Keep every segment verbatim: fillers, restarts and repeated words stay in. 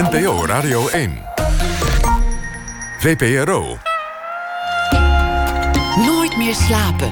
N P O Radio één. V P R O. Nooit meer slapen.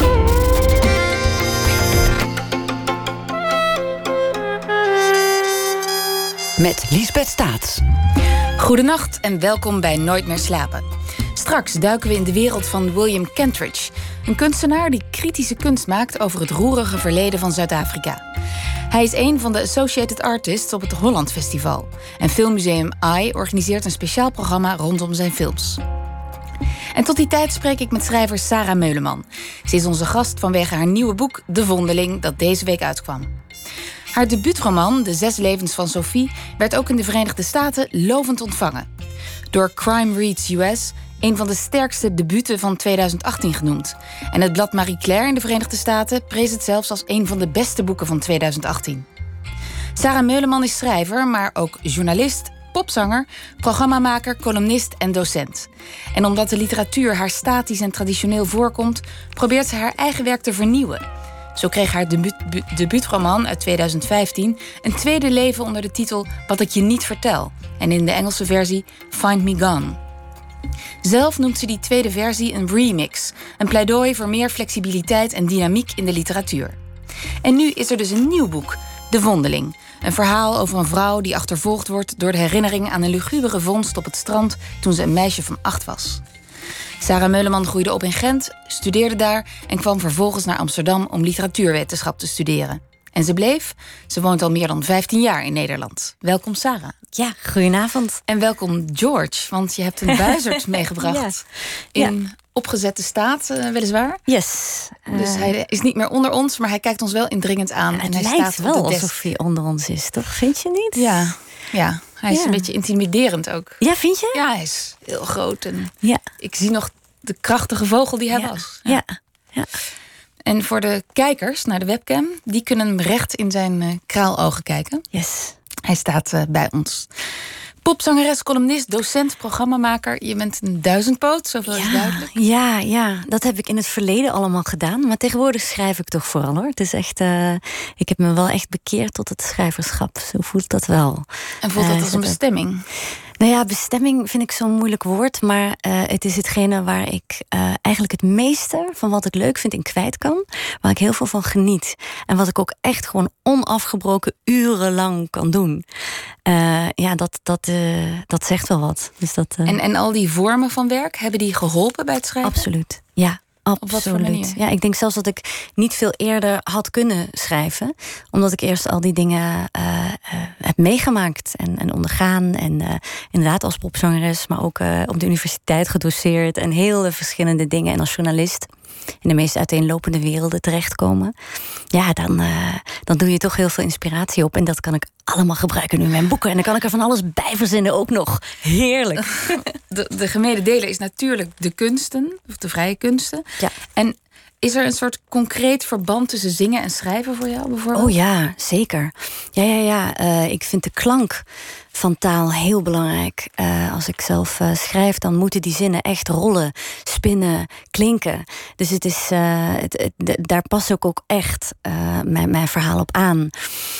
Met Liesbeth Staats. Goedenacht en welkom bij Nooit meer slapen. Straks duiken we in de wereld van William Kentridge, een kunstenaar die kritische kunst maakt over het roerige verleden van Zuid-Afrika. Hij is een van de Associated Artists op het Holland Festival. En Filmmuseum I organiseert een speciaal programma rondom zijn films. En tot die tijd spreek ik met schrijver Sarah Meuleman. Ze is onze gast vanwege haar nieuwe boek De Vondeling, dat deze week uitkwam. Haar debuutroman, De Zes Levens van Sophie, werd ook in de Verenigde Staten lovend ontvangen. Door Crime Reads U S een van de sterkste debuten van tweeduizend achttien genoemd. En het blad Marie Claire in de Verenigde Staten prees het zelfs als een van de beste boeken van tweeduizend achttien. Sarah Meuleman is schrijver, maar ook journalist, popzanger, programmamaker, columnist en docent. En omdat de literatuur haar statisch en traditioneel voorkomt, probeert ze haar eigen werk te vernieuwen. Zo kreeg haar debuut, debuutroman uit tweeduizend vijftien een tweede leven onder de titel Wat ik je niet vertel. En in de Engelse versie Find Me Gone. Zelf noemt ze die tweede versie een remix. Een pleidooi voor meer flexibiliteit en dynamiek in de literatuur. En nu is er dus een nieuw boek, De Vondeling. Een verhaal over een vrouw die achtervolgd wordt door de herinnering aan een lugubere vondst op het strand toen ze een meisje van acht was. Sarah Meuleman groeide op in Gent, studeerde daar en kwam vervolgens naar Amsterdam om literatuurwetenschap te studeren. En ze bleef. Ze woont al meer dan vijftien jaar in Nederland. Welkom, Sarah. Ja, goedenavond. En welkom, George, want je hebt een buizerd meegebracht. Ja. In ja. opgezette staat, uh, weliswaar. Yes. Uh, dus hij is niet meer onder ons, maar hij kijkt ons wel indringend aan. Ja, en het hij lijkt staat wel op de desk. alsof hij onder ons is, toch? Vind je niet? Ja, ja. Hij is ja. een beetje intimiderend ook. Ja, vind je? Ja, hij is heel groot. En ja. ik zie nog de krachtige vogel die hij ja. was. Ja. ja. ja. En voor de kijkers naar de webcam, die kunnen recht in zijn uh, kraalogen kijken. Yes. Hij staat uh, bij ons. Popzangeres, columnist, docent, programmamaker. Je bent een duizendpoot, zoveel ja, is duidelijk. Ja, ja, dat heb ik in het verleden allemaal gedaan. Maar tegenwoordig schrijf ik toch vooral, hoor. Het is echt, uh, ik heb me wel echt bekeerd tot het schrijverschap. Zo voelt dat wel. En voelt dat uh, als een bestemming? Nou ja, bestemming vind ik zo'n moeilijk woord. Maar uh, het is hetgene waar ik uh, eigenlijk het meeste van wat ik leuk vind in kwijt kan. Waar ik heel veel van geniet. En wat ik ook echt gewoon onafgebroken urenlang kan doen. Uh, ja, dat, dat, uh, dat zegt wel wat. Dus dat, uh... en, en al die vormen van werk, hebben die geholpen bij het schrijven? Absoluut, ja. Op wat voor manier? Ja, ik denk zelfs dat ik niet veel eerder had kunnen schrijven. Omdat ik eerst al die dingen uh, uh, heb meegemaakt en, en ondergaan. En uh, inderdaad als popzangeres, maar ook uh, op de universiteit gedoseerd. En heel verschillende dingen. En als journalist in de meest uiteenlopende werelden terechtkomen. Ja, dan, uh, dan doe je toch heel veel inspiratie op. En dat kan ik allemaal gebruiken nu in mijn boeken. En dan kan ik er van alles bij verzinnen ook nog. Heerlijk. De, de gemene deler is natuurlijk de kunsten, of de vrije kunsten. Ja. En is er een soort concreet verband tussen zingen en schrijven voor jou bijvoorbeeld? Oh ja, zeker. Ja, ja, ja. Uh, ik vind de klank van taal heel belangrijk. Uh, als ik zelf uh, schrijf, dan moeten die zinnen echt rollen, spinnen, klinken. Dus het is, uh, het, het, daar pas ik ook echt uh, mijn, mijn verhaal op aan.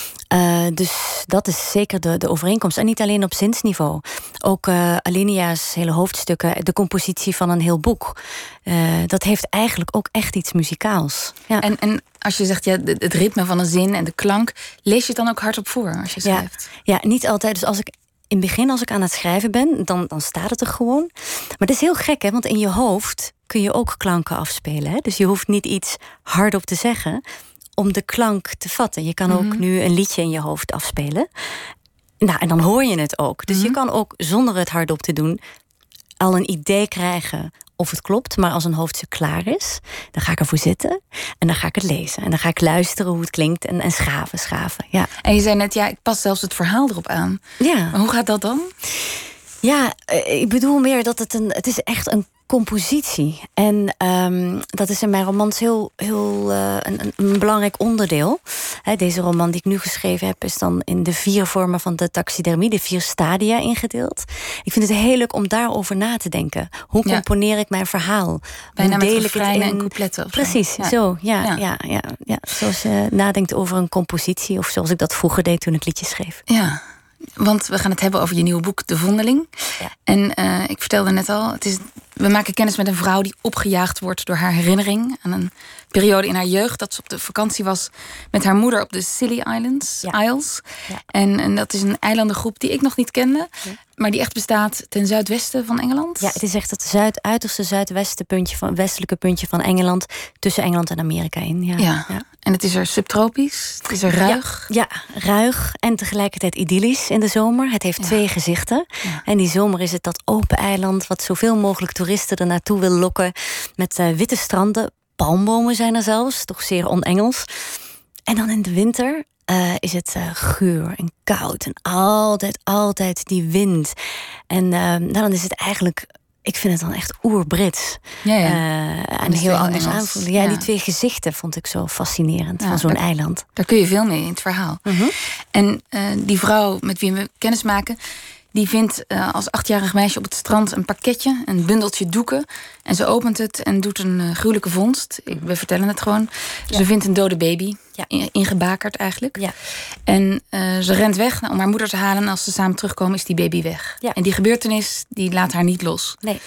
Uh, dus dat is zeker de, de overeenkomst. En niet alleen op zinsniveau. Ook uh, alinea's, hele hoofdstukken, de compositie van een heel boek. Uh, dat heeft eigenlijk ook echt iets muzikaals. Ja. En, en als je zegt ja, het ritme van een zin en de klank, lees je het dan ook hardop voor als je schrijft? Ja, ja, niet altijd. Dus als ik in het begin, als ik aan het schrijven ben, dan, dan staat het er gewoon. Maar dat is heel gek, hè? Want in je hoofd kun je ook klanken afspelen. Hè? Dus je hoeft niet iets hardop te zeggen om de klank te vatten. Je kan ook mm-hmm. nu een liedje in je hoofd afspelen. Nou, en dan hoor je het ook. Dus mm-hmm. je kan ook zonder het hardop te doen al een idee krijgen of het klopt. Maar als een hoofdstuk klaar is, dan ga ik ervoor zitten en dan ga ik het lezen. En dan ga ik luisteren hoe het klinkt en, en schaven, schaven. Ja. En je zei net, ja, ik pas zelfs het verhaal erop aan. Ja. Maar hoe gaat dat dan? Ja, ik bedoel meer dat het een... Het is echt een compositie. En um, dat is in mijn romans heel, heel uh, een, een belangrijk onderdeel. He, deze roman die ik nu geschreven heb is dan in de vier vormen van de taxidermie, de vier stadia ingedeeld. Ik vind het heel leuk om daarover na te denken. Hoe ja. componeer ik mijn verhaal? Bijna Hoe deel met ik het in en coupletten of Precies, zo. Ja. zo. Ja, ja. Ja, ja, ja. Zoals je nadenkt over een compositie, of zoals ik dat vroeger deed toen ik liedjes schreef. Ja. Want we gaan het hebben over je nieuwe boek, De Vondeling. Ja. En uh, ik vertelde net al, het is, we maken kennis met een vrouw die opgejaagd wordt door haar herinnering aan een periode in haar jeugd dat ze op de vakantie was met haar moeder op de Scilly Islands. Ja. Isles. Ja. En, en dat is een eilandengroep die ik nog niet kende, Ja. maar die echt bestaat ten zuidwesten van Engeland. Ja, het is echt het zuid, uiterste zuidwesten puntje van, westelijke puntje van Engeland, tussen Engeland en Amerika in. Ja. Ja. Ja. En het is er subtropisch, het is er ruig. Ja, ja, ruig en tegelijkertijd idyllisch in de zomer. Het heeft Ja. twee gezichten. Ja. En die zomer is het dat open eiland wat zoveel mogelijk toeristen er naartoe wil lokken. Met uh, witte stranden, palmbomen zijn er zelfs, toch zeer on-Engels. En dan in de winter uh, is het uh, guur en koud en altijd, altijd die wind. En uh, nou, dan is het eigenlijk... Ik vind het dan echt oer-Brits. Ja, ja. Uh, en is heel heel anders Engels. aanvoelen. Ja, Ja. die twee gezichten vond ik zo fascinerend Ja, van zo'n dat- eiland. Daar kun je veel mee in het verhaal. Mm-hmm. En uh, die vrouw met wie we kennis maken, die vindt uh, als achtjarig meisje op het strand een pakketje, een bundeltje doeken. En ze opent het en doet een uh, gruwelijke vondst. Ik, we vertellen het gewoon. Ja. Ze vindt een dode baby, Ja. in- ingebakerd eigenlijk. Ja. En uh, ze rent weg om haar moeder te halen. En als ze samen terugkomen, is die baby weg. Ja. En die gebeurtenis, die laat haar niet los. Nee.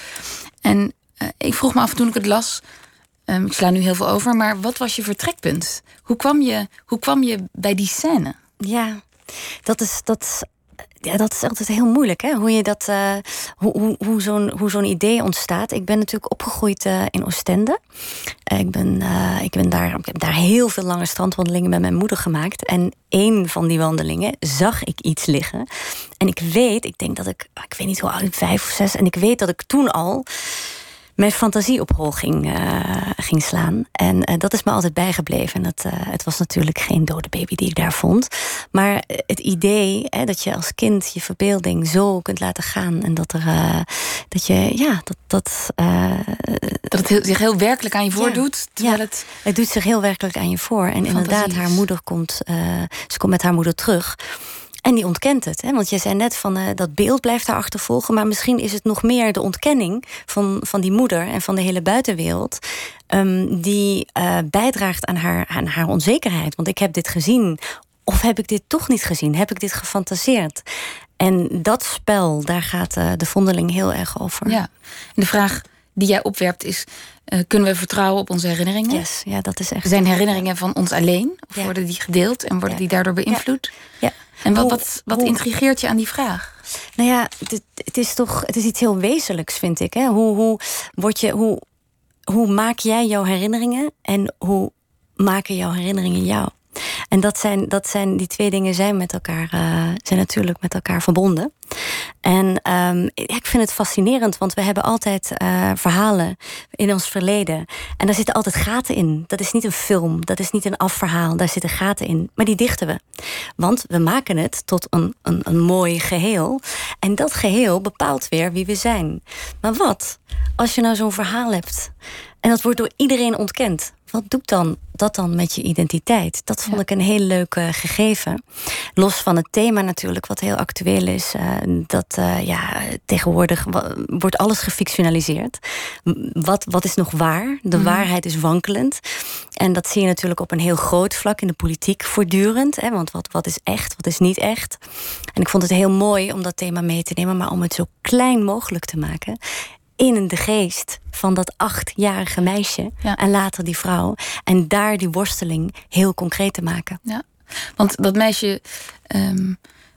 En uh, ik vroeg me af toen ik het las, um, ik sla nu heel veel over, maar wat was je vertrekpunt? Hoe kwam je, hoe kwam je bij die scène? Ja, dat is, dat, ja, dat is altijd heel moeilijk, hè? Hoe, je dat, uh, hoe, hoe, hoe, zo'n, hoe zo'n idee ontstaat. Ik ben natuurlijk opgegroeid uh, in Oostende. Uh, ik, ben, uh, ik, ben daar, ik heb daar heel veel lange strandwandelingen met mijn moeder gemaakt. En één van die wandelingen zag ik iets liggen. En ik weet, ik denk dat ik, ik weet niet hoe oud, vijf of zes. En ik weet dat ik toen al mijn fantasie op hol ging, uh, ging slaan. En uh, dat is me altijd bijgebleven. En dat, uh, het was natuurlijk geen dode baby die ik daar vond. Maar het idee hè, dat je als kind je verbeelding zo kunt laten gaan. En dat er, uh, dat je, ja, dat... dat uh, Dat het heel, zich heel werkelijk aan je Ja. voordoet. Terwijl Ja. het... Het doet zich heel werkelijk aan je voor. En Fantasie inderdaad, is. haar moeder komt, uh, ze komt met haar moeder terug. En die ontkent het. Hè? Want je zei net van uh, dat beeld blijft haar achtervolgen. Maar misschien is het nog meer de ontkenning van, van die moeder en van de hele buitenwereld. Um, die uh, bijdraagt aan haar, aan haar onzekerheid. Want ik heb dit gezien. Of heb ik dit toch niet gezien? Heb ik dit gefantaseerd? En dat spel, daar gaat uh, de vondeling heel erg over. Ja. En de vraag die jij opwerpt is, uh, kunnen we vertrouwen op onze herinneringen? Yes, ja, dat is echt... Zijn herinneringen van ons alleen? Of Ja. worden die gedeeld en worden Ja. die daardoor beïnvloed? Ja. En wat, Hoe- wat, wat hoe- intrigeert je aan die vraag? Nou ja, het, het is toch het is iets heel wezenlijks, vind ik. Hè? Hoe, hoe, word je, hoe, hoe maak jij jouw herinneringen en hoe maken jouw herinneringen jou? En dat zijn, dat zijn, die twee dingen zijn met elkaar, uh, zijn natuurlijk met elkaar verbonden. En um, ik vind het fascinerend, want we hebben altijd uh, verhalen in ons verleden. En daar zitten altijd gaten in. Dat is niet een film, dat is niet een afverhaal, daar zitten gaten in. Maar die dichten we. Want we maken het tot een, een, een mooi geheel. En dat geheel bepaalt weer wie we zijn. Maar wat als je nou zo'n verhaal hebt en dat wordt door iedereen ontkend? Wat doet dan dat dan met je identiteit? Dat vond Ja. ik een heel leuk uh, gegeven. Los van het thema natuurlijk, wat heel actueel is. Uh, dat uh, ja, tegenwoordig wa- wordt alles gefictionaliseerd. Wat, wat is nog waar? De Mhm. waarheid is wankelend. En dat zie je natuurlijk op een heel groot vlak in de politiek voortdurend. Hè? Want wat, wat is echt, wat is niet echt? En ik vond het heel mooi om dat thema mee te nemen, maar om het zo klein mogelijk te maken in de geest van dat achtjarige meisje Ja. en later die vrouw. En daar die worsteling heel concreet te maken. Ja. Want dat meisje um,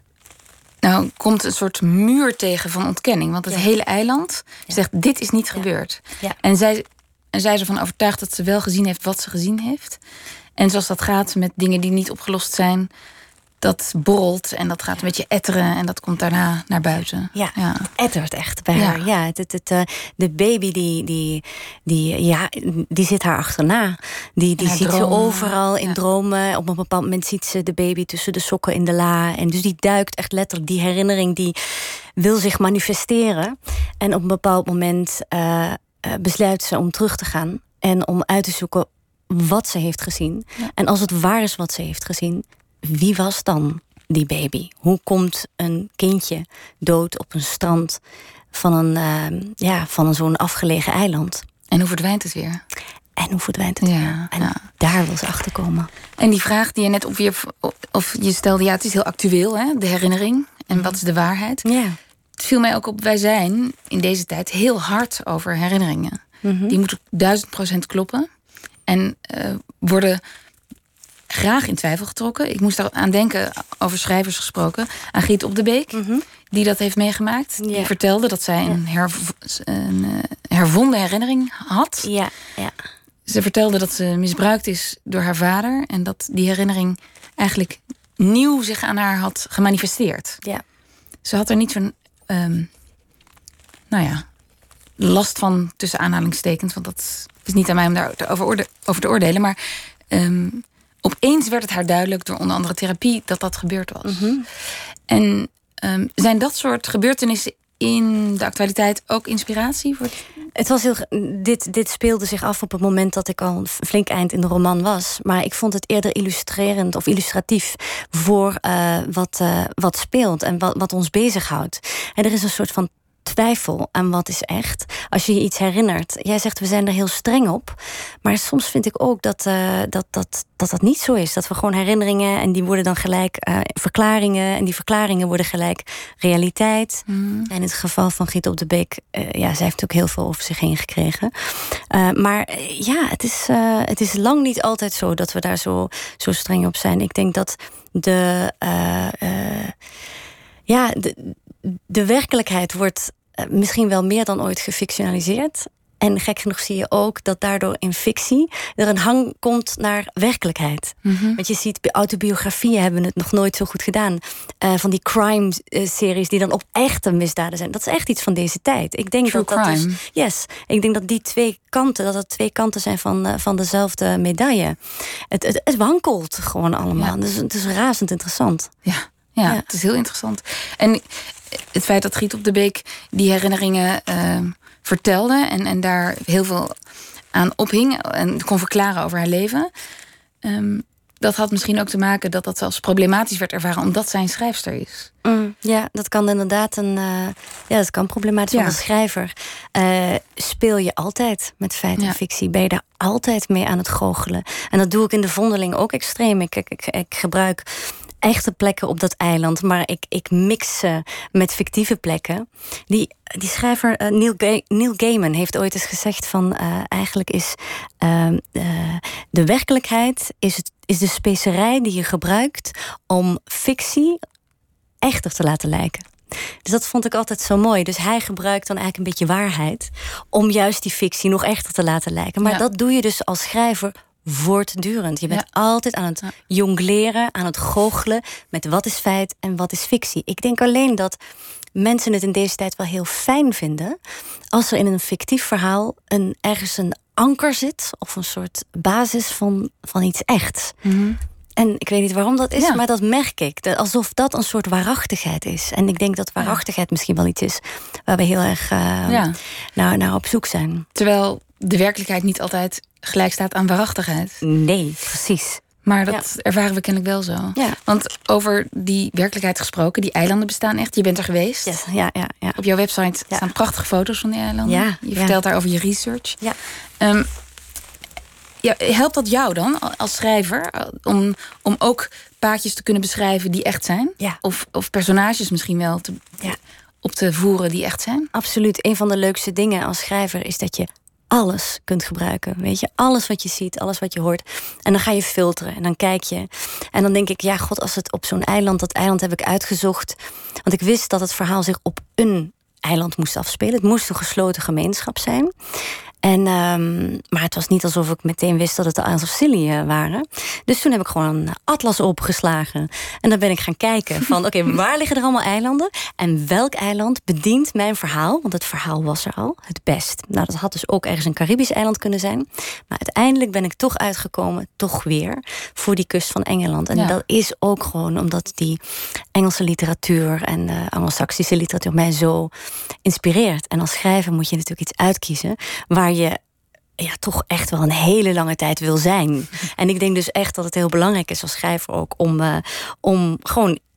nou, komt een soort muur tegen van ontkenning. Want het Ja. hele eiland Ja. zegt, dit is niet Ja. gebeurd. Ja. En zij, en zij is ervan overtuigd dat ze wel gezien heeft wat ze gezien heeft. En zoals dat gaat met dingen die niet opgelost zijn, dat borrelt en dat gaat een beetje etteren en dat komt daarna naar buiten. Ja, Ja. ettert echt bij Ja. haar. Ja, het, het, het, uh, de baby die, die, die, ja, die zit haar achterna. Die, die haar ziet ze dromen. overal in Ja. dromen. Op een bepaald moment ziet ze de baby tussen de sokken in de la. En dus die duikt echt letterlijk. Die herinnering die wil zich manifesteren. En op een bepaald moment uh, uh, besluit ze om terug te gaan. En om uit te zoeken wat ze heeft gezien. Ja. En als het waar is wat ze heeft gezien, wie was dan die baby? Hoe komt een kindje dood op een strand van een, uh, ja, van een zo'n afgelegen eiland? En hoe verdwijnt het weer? En hoe verdwijnt het Ja, weer? En ja. daar wil ze achter komen. En die vraag die je net opwierp, of je stelde, ja, het is heel actueel, hè, de herinnering. En wat is de waarheid? Ja. Het viel mij ook op, wij zijn in deze tijd heel hard over herinneringen. Mm-hmm. Die moeten duizend procent kloppen. En uh, worden graag in twijfel getrokken. Ik moest daar aan denken, over schrijvers gesproken, aan Griet Op de Beek, Mm-hmm. die dat heeft meegemaakt. Ja. Die vertelde dat zij een, herv- een uh, hervonden herinnering had. Ja, ja. Ze vertelde dat ze misbruikt is door haar vader. En dat die herinnering eigenlijk nieuw zich aan haar had gemanifesteerd. Ja. Ze had er niet zo'n, um, nou ja, last van, tussen aanhalingstekens. Want dat is niet aan mij om daarover oorde- over te oordelen. Maar um, opeens werd het haar duidelijk, door onder andere therapie, dat dat gebeurd was. Mm-hmm. En um, zijn dat soort gebeurtenissen in de actualiteit ook inspiratie voor? Het was heel, dit, dit speelde zich af op het moment dat ik al een flink eind in de roman was. Maar ik vond het eerder illustrerend of illustratief voor uh, wat, uh, wat speelt en wat, wat ons bezighoudt. En er is een soort van twijfel aan wat is echt. Als je je iets herinnert. Jij zegt, we zijn er heel streng op. Maar soms vind ik ook dat, uh, dat, dat, dat dat niet zo is. Dat we gewoon herinneringen en die worden dan gelijk uh, verklaringen. En die verklaringen worden gelijk realiteit. Mm. En in het geval van Griet Op de Beek, uh, ja, zij heeft natuurlijk heel veel over zich heen gekregen. Uh, maar uh, ja, het is, uh, het is lang niet altijd zo dat we daar zo, zo streng op zijn. Ik denk dat de... Uh, uh, ja, de, de werkelijkheid wordt uh, misschien wel meer dan ooit gefictionaliseerd. En gek genoeg zie je ook dat daardoor in fictie er een hang komt naar werkelijkheid. Mm-hmm. Want je ziet, autobiografieën hebben het nog nooit zo goed gedaan. Uh, van die crime-series die dan op echte misdaden zijn. Dat is echt iets van deze tijd. Ik denk True dat dat crime. Dus, yes, ik denk dat die twee kanten, dat het twee kanten zijn van, uh, van dezelfde medaille. Het, het, het wankelt gewoon allemaal. Ja. Dus het is razend interessant. Ja. Ja, ja, het is heel interessant. En het feit dat Griet Op de Beek die herinneringen uh, vertelde en, en daar heel veel aan ophing en kon verklaren over haar leven, um, dat had misschien ook te maken dat dat zelfs problematisch werd ervaren omdat zij een schrijfster is. Mm, ja, dat kan inderdaad een, uh, ja, dat kan problematisch zijn. Ja. Als schrijver uh, speel je altijd met feit en ja. fictie. Ben je daar altijd mee aan het goochelen. En dat doe ik in De Vondeling ook extreem. Ik, ik, ik, ik gebruik echte plekken op dat eiland, maar ik, ik mix ze met fictieve plekken. Die, die schrijver uh, Neil, Ga- Neil Gaiman heeft ooit eens gezegd van uh, eigenlijk is uh, uh, de werkelijkheid is, het, is de specerij die je gebruikt om fictie echter te laten lijken. Dus dat vond ik altijd zo mooi. Dus hij gebruikt dan eigenlijk een beetje waarheid om juist die fictie nog echter te laten lijken. Maar ja. dat doe je dus als schrijver voortdurend. Je bent ja. altijd aan het ja. jongleren, aan het goochelen met wat is feit en wat is fictie. Ik denk alleen dat mensen het in deze tijd wel heel fijn vinden als er in een fictief verhaal een, ergens een anker zit of een soort basis van, van iets echts. Mm-hmm. En ik weet niet waarom dat is, ja. maar dat merk ik. Alsof dat een soort waarachtigheid is. En ik denk dat waarachtigheid misschien wel iets is waar we heel erg uh, ja. naar, naar op zoek zijn. Terwijl de werkelijkheid niet altijd gelijk staat aan waarachtigheid. Nee, precies. Maar dat ja. ervaren we kennelijk wel zo. Ja. Want over die werkelijkheid gesproken, die eilanden bestaan echt. Je bent er geweest. Yes. Ja, ja, ja. Op jouw website ja. staan prachtige foto's van die eilanden. Ja, je ja. vertelt daar over je research. Ja. Um, ja, helpt dat jou dan als schrijver om, om ook paadjes te kunnen beschrijven die echt zijn? Ja. Of, of personages misschien wel te, ja. op te voeren die echt zijn? Absoluut. Een van de leukste dingen als schrijver is dat je alles kunt gebruiken. Weet je, alles wat je ziet, alles wat je hoort. En dan ga je filteren en dan kijk je. En dan denk ik, ja god, als het op zo'n eiland, dat eiland heb ik uitgezocht. Want ik wist dat het verhaal zich op een eiland moest afspelen. Het moest een gesloten gemeenschap zijn. En, um, maar het was niet alsof ik meteen wist dat het de Isles of Scilly waren. Dus toen heb ik gewoon een atlas opgeslagen. En dan ben ik gaan kijken van, oké, okay, waar liggen er allemaal eilanden? En welk eiland bedient mijn verhaal? Want het verhaal was er al het best. Nou, dat had dus ook ergens een Caribisch eiland kunnen zijn. Maar uiteindelijk ben ik toch uitgekomen, toch weer, voor die kust van Engeland. En ja. dat is ook gewoon omdat die Engelse literatuur en de Anglo-Saxische literatuur mij zo inspireert. En als schrijver moet je natuurlijk iets uitkiezen waar je ja, toch echt wel een hele lange tijd wil zijn. En ik denk dus echt dat het heel belangrijk is als schrijver ook om, uh, om gewoon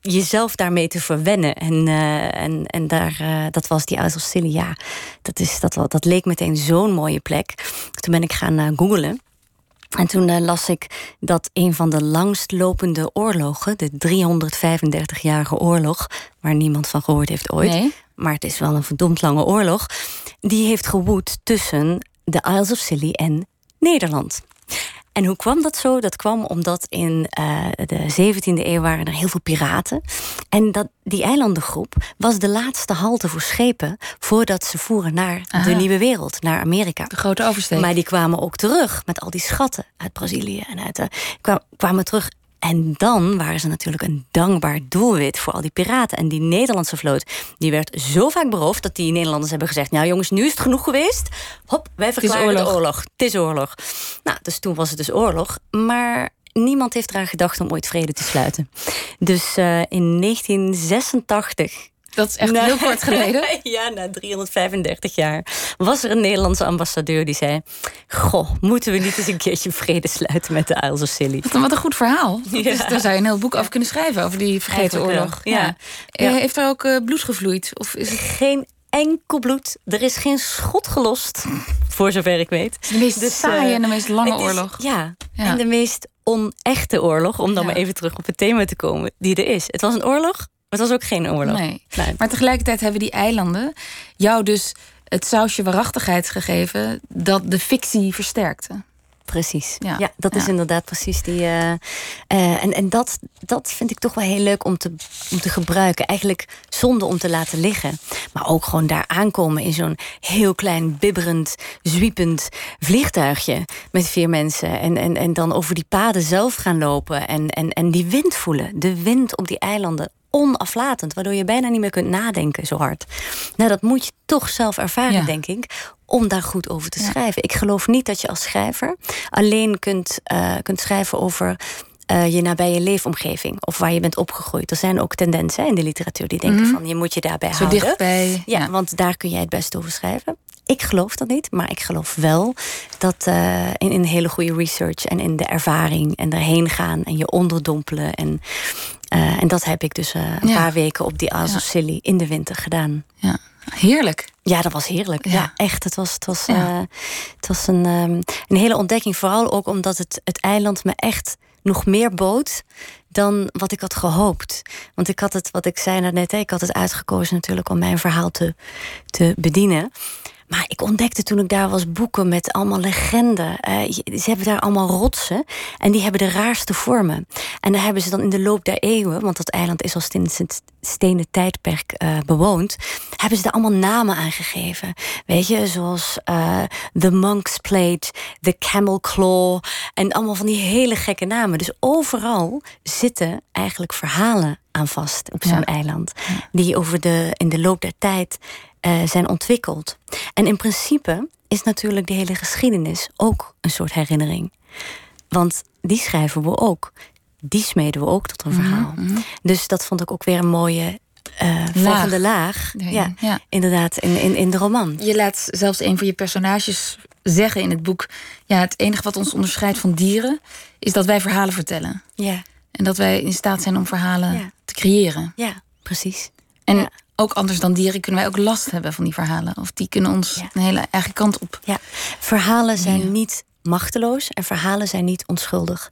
jezelf daarmee te verwennen. En, uh, en, en daar, uh, dat was die Isles of Scilly. Ja, dat, is, dat, dat leek meteen zo'n mooie plek. Toen ben ik gaan uh, googlen. En toen uh, las ik dat een van de langstlopende oorlogen, de driehonderdvijfendertigjarige oorlog, waar niemand van gehoord heeft ooit, nee. maar het is wel een verdomd lange oorlog, die heeft gewoed tussen de Isles of Scilly en Nederland. En hoe kwam dat zo? Dat kwam omdat in uh, de zeventiende eeuw waren er heel veel piraten. En dat, die eilandengroep was de laatste halte voor schepen voordat ze voeren naar Aha. de nieuwe wereld, naar Amerika. De grote oversteek. Maar die kwamen ook terug met al die schatten uit Brazilië en uit de, kwamen terug. En dan waren ze natuurlijk een dankbaar doelwit voor al die piraten. En die Nederlandse vloot, die werd zo vaak beroofd dat die Nederlanders hebben gezegd, nou jongens, nu is het genoeg geweest. Hop, wij verklaren oorlog. de oorlog. Het is oorlog. Nou, dus toen was het dus oorlog. Maar niemand heeft eraan gedacht om ooit vrede te sluiten. Dus uh, in negentien zesentachtig... Dat is echt nou, heel kort geleden. Ja, na driehonderdvijfendertig jaar was er een Nederlandse ambassadeur die zei, goh, moeten we niet eens een keertje vrede sluiten met de Isles of Scilly? Wat een, wat een goed verhaal. Ja. Dus daar zou je een heel boek over kunnen schrijven, over die vergeten oorlog. Ja. Ja. Ja. Heeft er ook uh, bloed gevloeid? Of is het... Geen enkel bloed. Er is geen schot gelost, voor zover ik weet. Het is de meest dus, saaie uh, en de meest lange is, oorlog. Ja, ja, en de meest onechte oorlog, om dan ja. maar even terug op het thema te komen, die er is. Het was een oorlog, maar het was ook geen oorlog. Nee. Nee. Maar tegelijkertijd hebben die eilanden jou dus het sausje waarachtigheid gegeven dat de fictie versterkte. Precies. Ja, ja dat is ja. inderdaad precies die... Uh, uh, en en dat, dat vind ik toch wel heel leuk om te, om te gebruiken. Eigenlijk zonde om te laten liggen. Maar ook gewoon daar aankomen in zo'n heel klein, bibberend, zwiepend vliegtuigje met vier mensen. En, en, en dan over die paden zelf gaan lopen. En, en, en die wind voelen. De wind op die eilanden. Onaflatend, waardoor je bijna niet meer kunt nadenken zo hard. Nou, dat moet je toch zelf ervaren, ja. denk ik, om daar goed over te ja. schrijven. Ik geloof niet dat je als schrijver alleen kunt, uh, kunt schrijven over uh, je nabije leefomgeving of waar je bent opgegroeid. Er zijn ook tendensen in de literatuur die denken mm-hmm. van je moet je daarbij zo houden. Dichtbij. Ja, ja, want daar kun jij het best over schrijven. Ik geloof dat niet, maar ik geloof wel dat uh, in, in hele goede research en in de ervaring en daarheen gaan en je onderdompelen. En, uh, en dat heb ik dus uh, een ja. paar weken op die Isles ja. of Scilly in de winter gedaan. Ja, heerlijk. Ja, dat was heerlijk. Ja, ja echt. Het was, het was, ja. uh, het was een, um, een hele ontdekking. Vooral ook omdat het, het eiland me echt nog meer bood dan wat ik had gehoopt. Want ik had het, wat ik zei net, ik had het uitgekozen natuurlijk om mijn verhaal te, te bedienen. Maar ik ontdekte toen ik daar was boeken met allemaal legenden. Uh, ze hebben daar allemaal rotsen. En die hebben de raarste vormen. En daar hebben ze dan in de loop der eeuwen, want dat eiland is al sinds het stenen tijdperk uh, bewoond, hebben ze daar allemaal namen aan gegeven. Weet je, zoals uh, The Monk's Plate, The Camel Claw. En allemaal van die hele gekke namen. Dus overal zitten eigenlijk verhalen aan vast op zo'n ja. eiland. Die over de, in de loop der tijd Uh, zijn ontwikkeld. En in principe is natuurlijk de hele geschiedenis ook een soort herinnering. Want die schrijven we ook. Die smeden we ook tot een verhaal. Mm-hmm. Dus dat vond ik ook weer een mooie uh, volgende laag. Ja, ja, ja. Inderdaad, in, in, in de roman. Je laat zelfs een van je personages zeggen in het boek, ja, het enige wat ons onderscheidt van dieren is dat wij verhalen vertellen. Ja. En dat wij in staat zijn om verhalen ja. te creëren. Ja, precies. En ja. ook anders dan dieren kunnen wij ook last hebben van die verhalen. Of die kunnen ons ja. een hele eigen kant op. Ja. Verhalen zijn ja. niet machteloos en verhalen zijn niet onschuldig.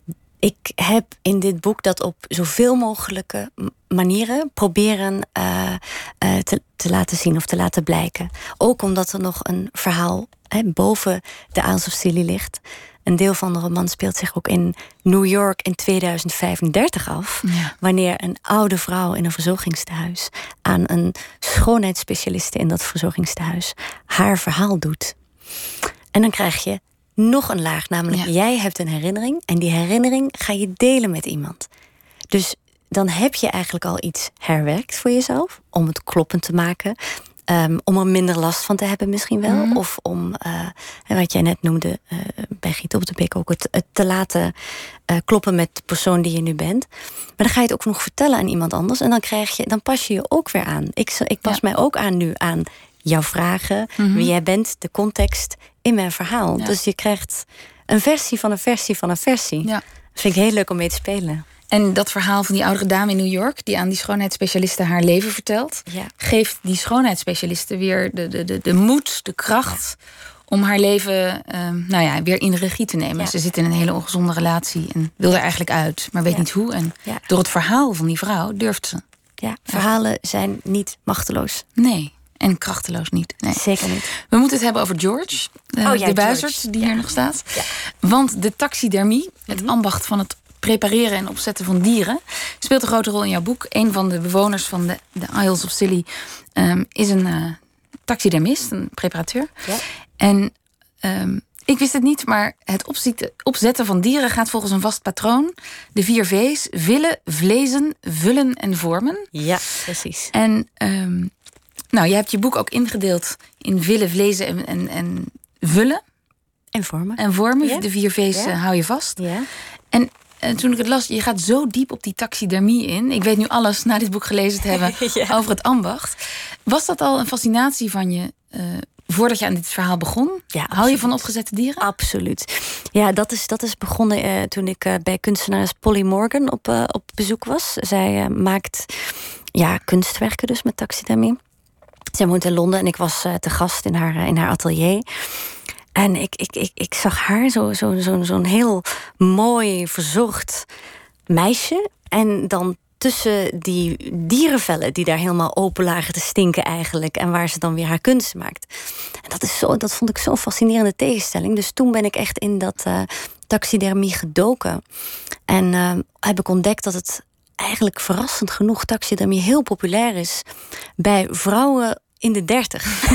Ik heb in dit boek dat op zoveel mogelijke manieren proberen uh, uh, te, te laten zien of te laten blijken. Ook omdat er nog een verhaal hè, boven de Isles of Scilly ligt. Een deel van de roman speelt zich ook in New York in tweeduizend vijfendertig af. Ja. Wanneer een oude vrouw in een verzorgingstehuis aan een schoonheidsspecialiste in dat verzorgingstehuis haar verhaal doet. En dan krijg je nog een laag, namelijk ja. jij hebt een herinnering en die herinnering ga je delen met iemand. Dus dan heb je eigenlijk al iets herwerkt voor jezelf om het kloppend te maken. Um, om er minder last van te hebben misschien wel. Mm. Of om, uh, wat jij net noemde uh, bij Giet op de Pik ook, het, het te laten uh, kloppen met de persoon die je nu bent. Maar dan ga je het ook nog vertellen aan iemand anders. En dan, krijg je, dan pas je je ook weer aan. Ik, ik pas ja. mij ook aan nu aan jouw vragen, mm-hmm. wie jij bent, de context in mijn verhaal. Ja. Dus je krijgt een versie van een versie van een versie. Ja. Dat vind ik heel leuk om mee te spelen. En dat verhaal van die oudere dame in New York, die aan die schoonheidsspecialiste haar leven vertelt, Ja. geeft die schoonheidsspecialiste weer de, de, de, de moed, de kracht om haar leven uh, nou ja, weer in de regie te nemen. Ja. Ze zit in een hele ongezonde relatie en wil er eigenlijk uit, maar weet Ja. niet hoe. En Ja. door het verhaal van die vrouw durft ze. Ja, verhalen zijn niet machteloos. Nee, en krachteloos niet. Nee. Zeker niet. We moeten het hebben over George, uh, Oh ja, de buizerd George. die Ja. hier nog staat. Ja. Want de taxidermie, het Mhm. ambacht van het prepareren en opzetten van dieren, speelt een grote rol in jouw boek. Een van de bewoners van de, de Isles of Scilly um, is een uh, taxidermist, een preparateur. Ja. En um, ik wist het niet, maar het opziet- opzetten van dieren gaat volgens een vast patroon. De vier V's: villen, vlezen, vullen en vormen. Ja, precies. En um, nou, je hebt je boek ook ingedeeld in villen, vlezen en, en, en vullen En vormen. en vormen. Ja. De vier V's Ja. uh, hou je vast. Ja. En uh, toen ik het las, je gaat zo diep op die taxidermie in. Ik weet nu alles na dit boek gelezen te hebben Ja. over het ambacht. Was dat al een fascinatie van je uh, voordat je aan dit verhaal begon? Ja, Hou je absoluut. van opgezette dieren? Absoluut. Ja, dat is, dat is begonnen uh, toen ik uh, bij kunstenares Polly Morgan op, uh, op bezoek was. Zij uh, maakt ja, kunstwerken dus met taxidermie. Zij woont in Londen en ik was uh, te gast in haar, uh, in haar atelier. En ik, ik, ik, ik zag haar, zo'n zo, zo, zo'n heel mooi, verzorgd meisje. En dan tussen die dierenvellen die daar helemaal open lagen te stinken eigenlijk. En waar ze dan weer haar kunst maakt. En dat, is zo, dat vond ik zo'n fascinerende tegenstelling. Dus toen ben ik echt in dat uh, taxidermie gedoken. En uh, heb ik ontdekt dat het eigenlijk verrassend genoeg taxidermie heel populair is bij vrouwen in de dertig.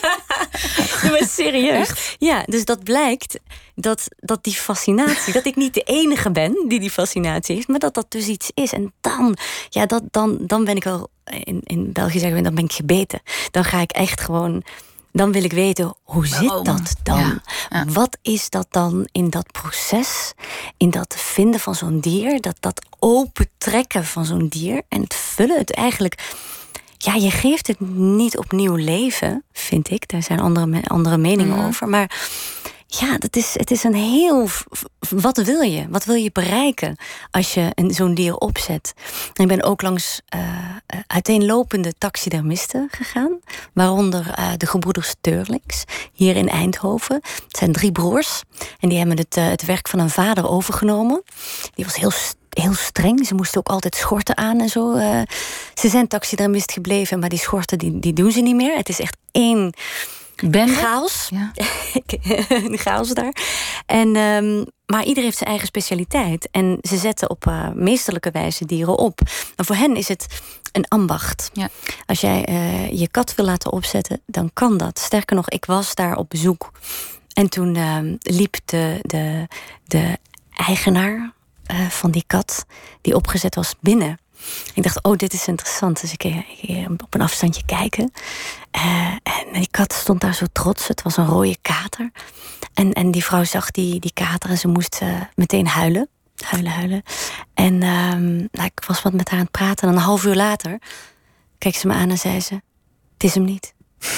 Maar serieus. Echt? Ja, dus dat blijkt dat, dat die fascinatie, dat ik niet de enige ben die die fascinatie heeft, maar dat dat dus iets is. En dan, ja, dat, dan, dan ben ik wel, in, in België zeggen we, dan ben ik gebeten. Dan ga ik echt gewoon, dan wil ik weten, hoe zit Waarom? dat dan? Ja, ja. Wat is dat dan in dat proces, in dat vinden van zo'n dier, dat, dat opentrekken van zo'n dier en het vullen, het eigenlijk. Ja, je geeft het niet opnieuw leven, vind ik. Daar zijn andere, me- andere meningen Mhm. over. Maar ja, dat is, het is een heel. v- v- Wat wil je? Wat wil je bereiken als je een, zo'n dier opzet? En ik ben ook langs uh, uh, uiteenlopende taxidermisten gegaan. Waaronder uh, de gebroeders Teurlings, hier in Eindhoven. Het zijn drie broers. En die hebben het, uh, het werk van een vader overgenomen. Die was heel st- Heel streng. Ze moesten ook altijd schorten aan en zo. Uh, ze zijn taxidermist gebleven, maar die schorten die, die doen ze niet meer. Het is echt één Bende? chaos. Ja. Een chaos daar. En, um, maar ieder heeft zijn eigen specialiteit. En ze zetten op uh, meesterlijke wijze dieren op. En voor hen is het een ambacht. Ja. Als jij uh, je kat wil laten opzetten, dan kan dat. Sterker nog, ik was daar op bezoek. En toen uh, liep de, de, de eigenaar Uh, van die kat die opgezet was binnen. Ik dacht, oh, dit is interessant. Dus ik ging op een afstandje kijken. Uh, en die kat stond daar zo trots. Het was een rode kater. En, en die vrouw zag die, die kater en ze moest uh, meteen huilen. Huilen, huilen. En uh, nou, ik was wat met haar aan het praten. En een half uur later keek ze me aan en zei ze, het is hem niet.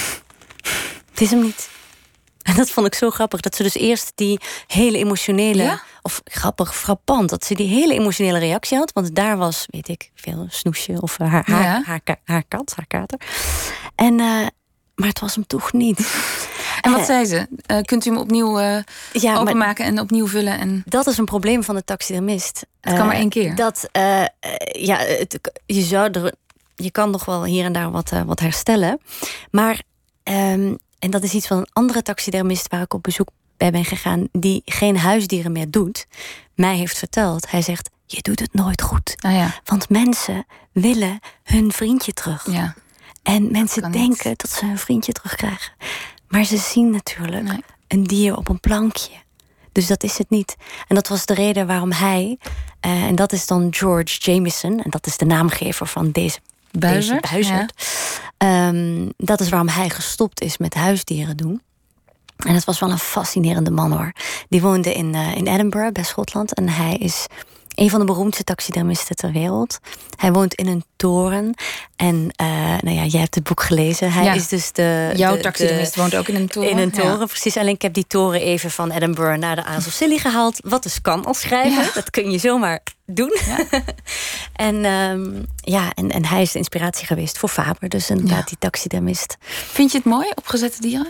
Het is hem niet. En dat vond ik zo grappig. Dat ze dus eerst die hele emotionele... Ja? Of grappig, frappant. Dat ze die hele emotionele reactie had. Want daar was, weet ik, veel snoesje. Of haar, haar, Ja. haar, haar, haar kat, haar kater. En, uh, maar het was hem toch niet. En wat uh, zei ze? Uh, kunt u hem opnieuw uh, ja, openmaken en opnieuw vullen? En... Dat is een probleem van de taxidermist. Het kan uh, maar één keer. Dat, uh, uh, ja, het, je zou er... Je kan nog wel hier en daar wat, uh, wat herstellen. Maar... Um, En dat is iets van een andere taxidermist waar ik op bezoek bij ben gegaan, die geen huisdieren meer doet, mij heeft verteld. Hij zegt, je doet het nooit goed. Ah, ja. Want mensen willen hun vriendje terug. Ja. En mensen Kan denken niet. dat ze hun vriendje terugkrijgen. Maar ze zien natuurlijk Nee. een dier op een plankje. Dus dat is het niet. En dat was de reden waarom hij, uh, en dat is dan George Jameson, en dat is de naamgever van deze Buizerd, Deze buizerd. Ja. Um, dat is waarom hij gestopt is met huisdieren doen. En het was wel een fascinerende man hoor. Die woonde in, uh, in Edinburgh, bij Schotland. En hij is een van de beroemdste taxidermisten ter wereld. Hij woont in een toren. En uh, nou ja, jij hebt het boek gelezen. Hij ja. is dus de... Jouw de, taxidermist de, woont ook in een toren. In een toren, ja. precies. Alleen ik heb die toren even van Edinburgh naar de Isles of Scilly gehaald. Wat dus kan als schrijver. Ja. Dat kun je zomaar doen. Ja. en, um, ja, en, en hij is de inspiratie geweest voor Faber. Dus inderdaad ja. die taxidermist. Vind je het mooi, opgezette dieren?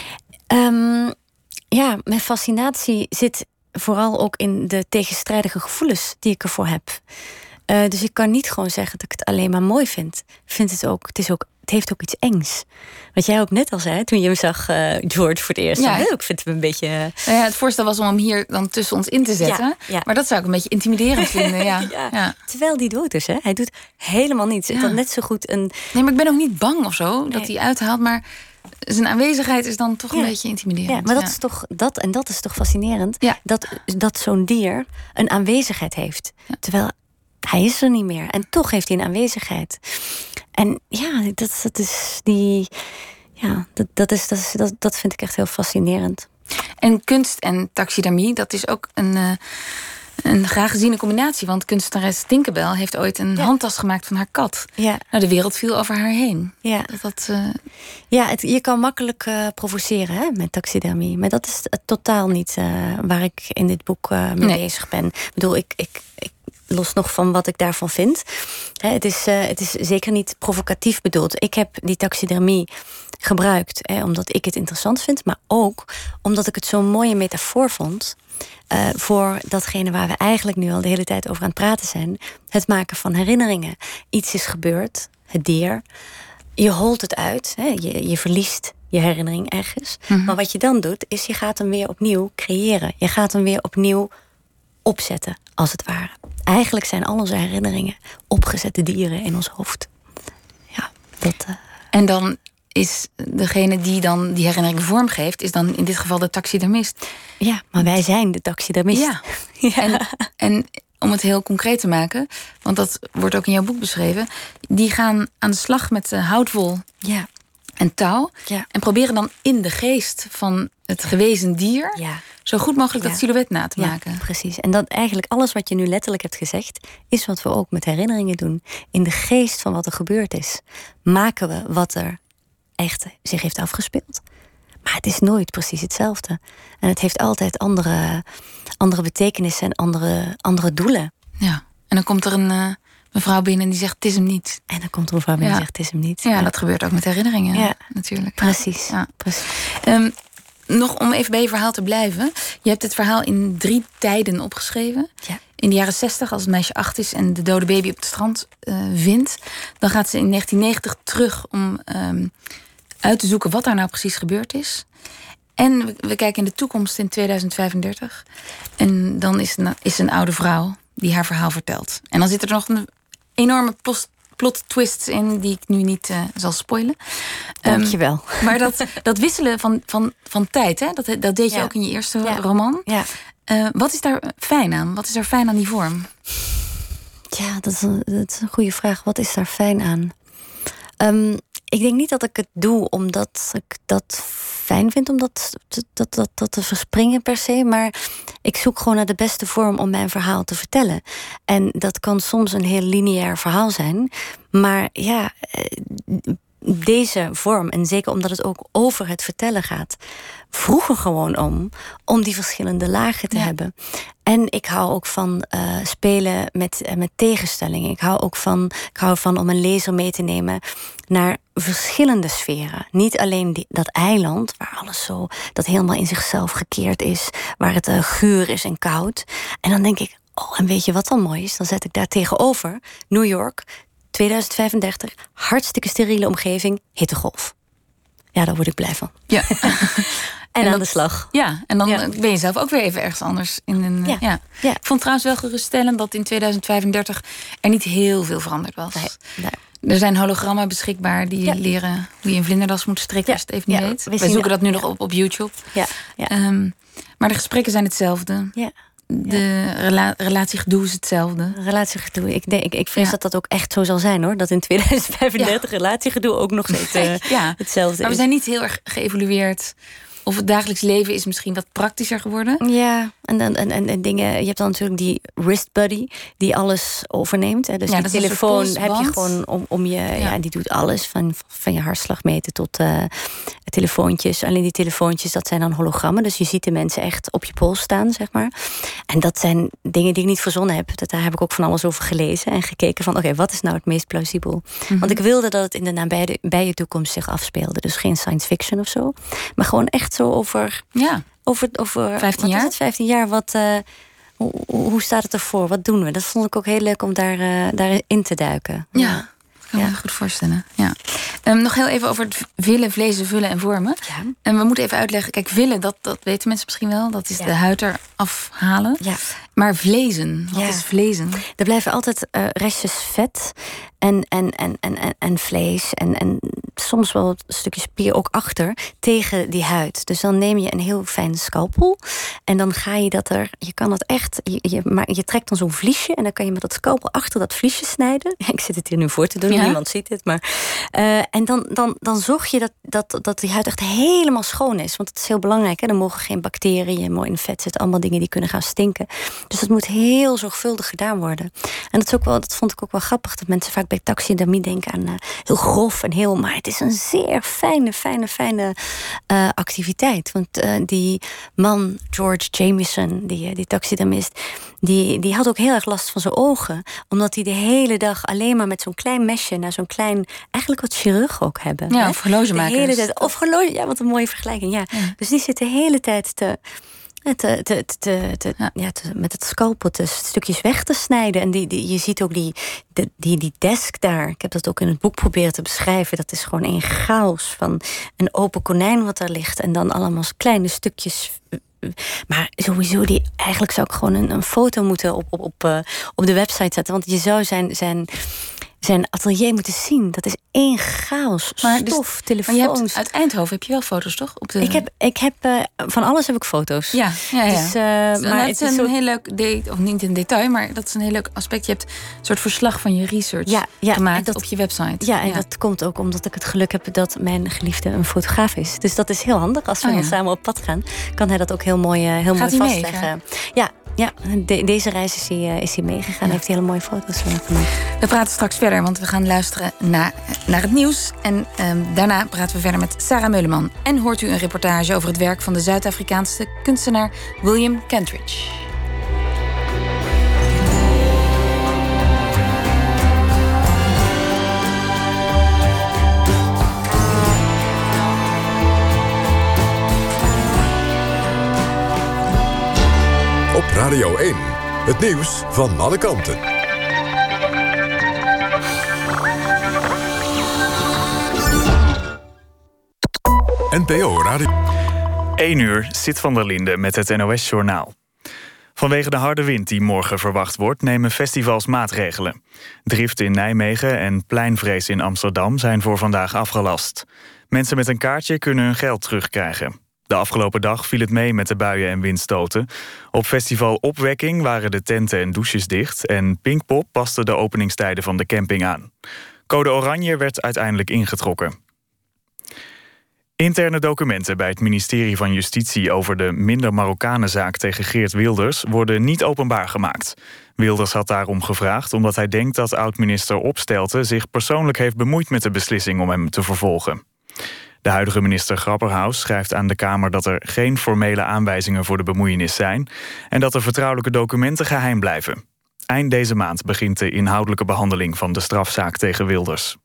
Um, ja, mijn fascinatie zit vooral ook in de tegenstrijdige gevoelens die ik ervoor heb. Uh, dus ik kan niet gewoon zeggen dat ik het alleen maar mooi vind. Ik vind het ook, het is ook, het heeft ook iets engs. Wat jij ook net al zei, toen je hem zag, uh, George, voor het eerst. Ja. Ik vind hem een beetje... Uh... Nou ja, het voorstel was om hem hier dan tussen ons in te zetten. Ja, ja. Maar dat zou ik een beetje intimiderend vinden. Ja. ja. Ja. Terwijl die dood is, hè? Hij doet helemaal niets. Het ja. had net zo goed een... Nee, maar ik ben ook niet bang of zo, nee. dat hij uithaalt. Maar zijn aanwezigheid is dan toch ja. een beetje intimiderend. Ja, maar dat ja. is toch, dat, en dat is toch fascinerend. Ja. Dat, dat zo'n dier een aanwezigheid heeft. Ja. Terwijl hij is er niet meer. En toch heeft hij een aanwezigheid. En ja, dat, dat is die... Ja, dat, dat, is, dat, is, dat, dat vind ik echt heel fascinerend. En kunst en taxidermie, dat is ook een, uh, een graag geziene combinatie. Want kunstenares Tinkerbell heeft ooit een ja. handtas gemaakt van haar kat. Ja. Nou, de wereld viel over haar heen. Ja, dat, dat, uh... ja het, je kan makkelijk uh, provoceren hè, met taxidermie. Maar dat is uh, totaal niet uh, waar ik in dit boek uh, mee nee. bezig ben. Ik bedoel, ik... ik, ik los nog van wat ik daarvan vind. He, het, is, uh, het is zeker niet provocatief bedoeld. Ik heb die taxidermie gebruikt he, omdat ik het interessant vind, maar ook omdat ik het zo'n mooie metafoor vond uh, voor datgene waar we eigenlijk nu al de hele tijd over aan het praten zijn. Het maken van herinneringen. Iets is gebeurd, het dier. Je holt het uit, he, je, je verliest je herinnering ergens. Mm-hmm. Maar wat je dan doet, is je gaat hem weer opnieuw creëren. Je gaat hem weer opnieuw opzetten, als het ware. Eigenlijk zijn al onze herinneringen opgezette dieren in ons hoofd. Ja, dat... Uh... En dan is degene die dan die herinnering vormgeeft, is dan in dit geval de taxidermist. Ja, maar wij zijn de taxidermist. Ja. ja. En, en om het heel concreet te maken, want dat wordt ook in jouw boek beschreven, die gaan aan de slag met uh, houtwol ja. en touw. Ja. En proberen dan in de geest van het gewezen dier ja. zo goed mogelijk ja. dat silhouet na te ja, maken. Precies. En dat eigenlijk alles wat je nu letterlijk hebt gezegd, is wat we ook met herinneringen doen. In de geest van wat er gebeurd is, maken we wat er echt zich heeft afgespeeld. Maar het is nooit precies hetzelfde. En het heeft altijd andere, andere betekenissen en andere, andere doelen. Ja, en dan komt er een uh, mevrouw binnen die zegt, het is hem niet. En dan komt er een mevrouw binnen ja. en zegt, het is hem niet. Ja, ja, dat gebeurt ook met herinneringen ja. natuurlijk. Precies. Ja. precies. Um, nog om even bij je verhaal te blijven. Je hebt het verhaal in drie tijden opgeschreven. Ja. In de jaren zestig, als het meisje acht is en de dode baby op het strand uh, vindt. Dan gaat ze in negentien negentig terug om um, uit te zoeken wat daar nou precies gebeurd is. En we, we kijken in de toekomst in tweeduizend vijfendertig. En dan is een, is een oude vrouw die haar verhaal vertelt. En dan zit er nog een enorme post plot twists in die ik nu niet uh, zal spoilen. Dankjewel. Um, maar dat, dat wisselen van, van, van tijd, hè? Dat, dat deed je ja. ook in je eerste ja. roman. Ja. Uh, wat is daar fijn aan? Wat is daar fijn aan die vorm? Ja, dat is een, dat is een goede vraag. Wat is daar fijn aan? Um, ik denk niet dat ik het doe omdat ik dat fijn vind om dat, dat, dat, dat te verspringen per se. Maar ik zoek gewoon naar de beste vorm om mijn verhaal te vertellen. En dat kan soms een heel lineair verhaal zijn. Maar ja, deze vorm, en zeker omdat het ook over het vertellen gaat, vroeg er gewoon om, om die verschillende lagen te ja. hebben. En ik hou ook van uh, spelen met, uh, met tegenstellingen. Ik hou ook van, ik hou van om een lezer mee te nemen naar verschillende sferen. Niet alleen die, dat eiland, waar alles zo, dat helemaal in zichzelf gekeerd is, waar het uh, guur is en koud. En dan denk ik, oh, en weet je wat dan mooi is? Dan zet ik daar tegenover New York, tweeduizend vijfendertig, hartstikke steriele omgeving, hittegolf. Ja, daar word ik blij van. Ja. en, en aan dat, de slag. Ja, en dan ja. ben je zelf ook weer even ergens anders. In een, ja. Ja. Ja. Ik vond trouwens wel geruststellend dat in tweeduizend vijfendertig er niet heel veel veranderd was. Nee, nee. Er zijn hologrammen beschikbaar die ja. leren hoe je een vlinderdas moet strikken, ja. als je het even niet ja. weet. We Wij zoeken dat nu ja. nog op op YouTube. Ja. Ja. Um, maar de gesprekken zijn hetzelfde. Ja. De rela- relatiegedoe is hetzelfde. Relatiegedoe. Ik, denk, ik, ik vrees ja. dat dat ook echt zo zal zijn, hoor. Dat in tweeduizend vijfendertig ja. relatiegedoe ook nog steeds uh, ja. hetzelfde is. Maar we zijn niet heel erg geëvolueerd. Of het dagelijks leven is misschien wat praktischer geworden. Ja. En, dan, en, en, en dingen, je hebt dan natuurlijk die wrist buddy die alles overneemt. Hè. Dus ja, die telefoon heb je gewoon om, om je... Ja. ja, die doet alles, van, van je hartslag meten tot uh, telefoontjes. Alleen die telefoontjes, dat zijn dan hologrammen. Dus je ziet de mensen echt op je pols staan, zeg maar. En dat zijn dingen die ik niet verzonnen heb. Dat, daar heb ik ook van alles over gelezen en gekeken van... oké, okay, wat is nou het meest plausibel? Mm-hmm. Want ik wilde dat het in de nabije toekomst zich afspeelde. Dus geen science fiction of zo. Maar gewoon echt zo over... Ja. Over, over vijftien jaar? Het, vijftien jaar, wat, uh, hoe, hoe staat het ervoor? Wat doen we? Dat vond ik ook heel leuk om daar, uh, daarin te duiken. Ja, ja. Dat kan ik me goed voorstellen. Ja. Um, nog heel even over het willen, vlezen, vullen en vormen. Ja. En we moeten even uitleggen, kijk, willen, dat, dat weten mensen misschien wel. Dat is ja. de huid eraf halen. Ja. Maar vlezen, wat ja. is vlezen? Er blijven altijd uh, restjes vet en, en, en, en, en, en vlees en, en soms wel een stukje spier ook achter tegen die huid. Dus dan neem je een heel fijn scalpel en dan ga je dat er, je kan het echt, je, je, maar je trekt dan zo'n vliesje en dan kan je met dat scalpel achter dat vliesje snijden. Ik zit het hier nu voor te doen, ja. niemand ziet het, maar uh, en dan, dan, dan zorg je dat, dat, dat die huid echt helemaal schoon is, want het is heel belangrijk. Hè? Er mogen geen bacteriën, mooi in vet zitten, allemaal dingen die kunnen gaan stinken. Dus dat moet heel zorgvuldig gedaan worden. En dat, is ook wel, dat vond ik ook wel grappig, dat mensen vaak bij taxidermie denken aan uh, heel grof en heel, maar het is een zeer fijne, fijne, fijne uh, activiteit. Want uh, die man, George Jameson, die, uh, die taxidermist, die, die had ook heel erg last van zijn ogen, omdat hij de hele dag alleen maar met zo'n klein mesje naar zo'n klein, eigenlijk wat chirurgen ook hebben. Ja, hè? of horlogemakers. Of horloge, ja, wat een mooie vergelijking, ja. ja. Dus die zit de hele tijd te... Te, te, te, te, ja. Ja, te, met het scalpel te stukjes weg te snijden. En die, die, je ziet ook die, die, die, die desk daar. Ik heb dat ook in het boek proberen te beschrijven. Dat is gewoon een chaos van een open konijn wat daar ligt. En dan allemaal kleine stukjes. Maar sowieso, die, eigenlijk zou ik gewoon een, een foto moeten op, op, op, uh, op de website zetten. Want je zou zijn... zijn zijn atelier moeten zien. Dat is één chaos. Maar stof, dus, telefoons. Maar je hebt, uit Eindhoven heb je wel foto's, toch? Op de... Ik heb, ik heb uh, van alles heb ik foto's. Ja, ja, ja. Dus, uh, maar dat het is een zo... heel leuk, de, of niet in detail, maar dat is een heel leuk aspect. Je hebt een soort verslag van je research ja, ja, gemaakt dat, op je website. Ja, en ja. dat komt ook omdat ik het geluk heb dat mijn geliefde een fotograaf is. Dus dat is heel handig. Als we oh, ja. dan samen op pad gaan, kan hij dat ook heel mooi, uh, heel Gaat mooi hij vastleggen. Mee, ja. Ja, de, deze reis is hij, uh, is hij meegegaan. Ja. Heeft hele mooie foto's gemaakt. We praten straks verder, want we gaan luisteren naar, naar het nieuws. En um, daarna praten we verder met Sarah Meuleman. En hoort u een reportage over het werk van de Zuid-Afrikaanse kunstenaar William Kentridge. Op Radio één, het nieuws van alle kanten. N P O Radio. één uur, Sid van der Linde met het N O S-journaal. Vanwege de harde wind die morgen verwacht wordt, nemen festivals maatregelen. Drift in Nijmegen en Pleinvrees in Amsterdam zijn voor vandaag afgelast. Mensen met een kaartje kunnen hun geld terugkrijgen. De afgelopen dag viel het mee met de buien en windstoten. Op festival Opwekking waren de tenten en douches dicht en Pinkpop paste de openingstijden van de camping aan. Code Oranje werd uiteindelijk ingetrokken. Interne documenten bij het ministerie van Justitie over de Minder Marokkanenzaak tegen Geert Wilders worden niet openbaar gemaakt. Wilders had daarom gevraagd omdat hij denkt dat oud-minister Opstelten zich persoonlijk heeft bemoeid met de beslissing om hem te vervolgen. De huidige minister Grapperhaus schrijft aan de Kamer dat er geen formele aanwijzingen voor de bemoeienis zijn en dat de vertrouwelijke documenten geheim blijven. Eind deze maand begint de inhoudelijke behandeling van de strafzaak tegen Wilders.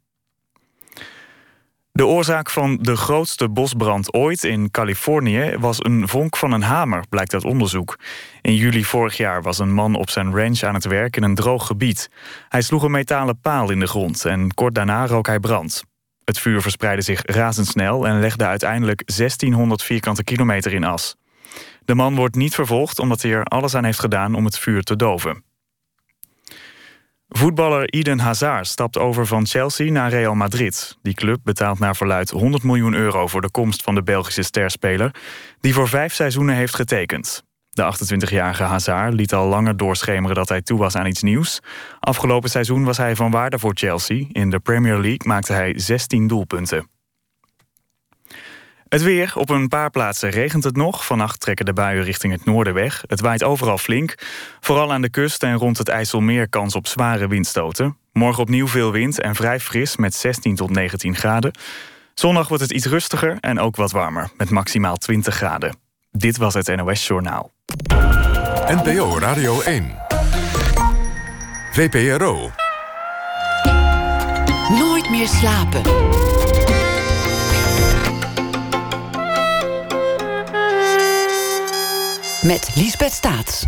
De oorzaak van de grootste bosbrand ooit in Californië was een vonk van een hamer, blijkt uit onderzoek. In juli vorig jaar was een man op zijn ranch aan het werk in een droog gebied. Hij sloeg een metalen paal in de grond en kort daarna rook hij brand. Het vuur verspreidde zich razendsnel en legde uiteindelijk zestienhonderd vierkante kilometer in as. De man wordt niet vervolgd omdat hij er alles aan heeft gedaan om het vuur te doven. Voetballer Eden Hazard stapt over van Chelsea naar Real Madrid. Die club betaalt naar verluidt honderd miljoen euro voor de komst van de Belgische sterspeler, die voor vijf seizoenen heeft getekend. De achtentwintigjarige Hazard liet al langer doorschemeren dat hij toe was aan iets nieuws. Afgelopen seizoen was hij van waarde voor Chelsea. In de Premier League maakte hij zestien doelpunten. Het weer. Op een paar plaatsen regent het nog. Vannacht trekken de buien richting het noorden weg. Het waait overal flink. Vooral aan de kust en rond het IJsselmeer kans op zware windstoten. Morgen opnieuw veel wind en vrij fris met zestien tot negentien graden. Zondag wordt het iets rustiger en ook wat warmer. Met maximaal twintig graden. Dit was het N O S Journaal. N P O Radio één. V P R O. Nooit meer slapen. Met Liesbeth Staats.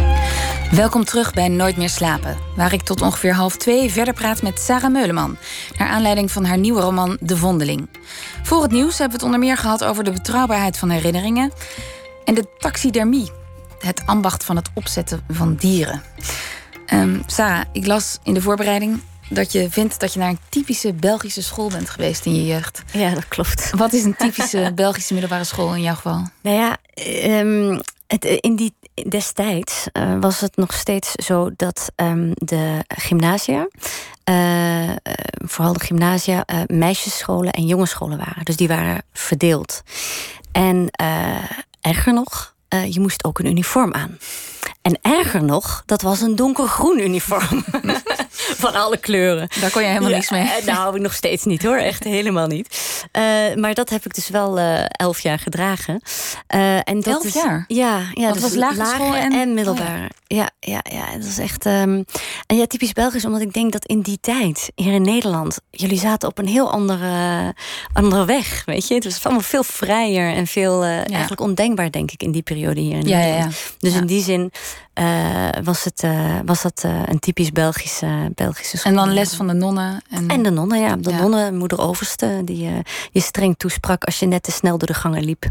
Welkom terug bij Nooit meer slapen, waar ik tot ongeveer half twee verder praat met Sarah Meuleman, naar aanleiding van haar nieuwe roman De Vondeling. Voor het nieuws hebben we het onder meer gehad over de betrouwbaarheid van herinneringen en de taxidermie, het ambacht van het opzetten van dieren. Um, Sarah, ik las in de voorbereiding dat je vindt dat je naar een typische Belgische school bent geweest in je jeugd. Ja, dat klopt. Wat is een typische Belgische middelbare school in jouw geval? Nou ja, um, het, in die destijds uh, was het nog steeds zo dat um, de gymnasia, uh, uh, vooral de gymnasia, uh, meisjesscholen en jongensscholen waren. Dus die waren verdeeld. En uh, erger nog, uh, je moest ook een uniform aan. En erger nog, dat was een donkergroen uniform. Van alle kleuren. Daar kon je helemaal ja, niks mee. Nou, nog steeds niet hoor. Echt helemaal niet. Uh, maar dat heb ik dus wel uh, elf jaar gedragen. Uh, en dat elf is, jaar? Ja. ja dat dus was lagere school en, en middelbare. Oh ja. Ja, ja, ja. Dat is echt... Um, en ja, typisch Belgisch, omdat ik denk dat in die tijd, hier in Nederland, jullie zaten op een heel andere, andere weg, weet je. Het was allemaal veel vrijer en veel uh, ja. eigenlijk ondenkbaar, denk ik, in die periode hier in ja, Nederland. Ja, ja. Dus ja. in die zin uh, was, het, uh, was dat uh, een typisch Belgische, Belgische school. En dan les van de nonnen. En, en de nonnen, ja. De ja. nonnen, moeder overste, die uh, je streng toesprak als je net te snel door de gangen liep.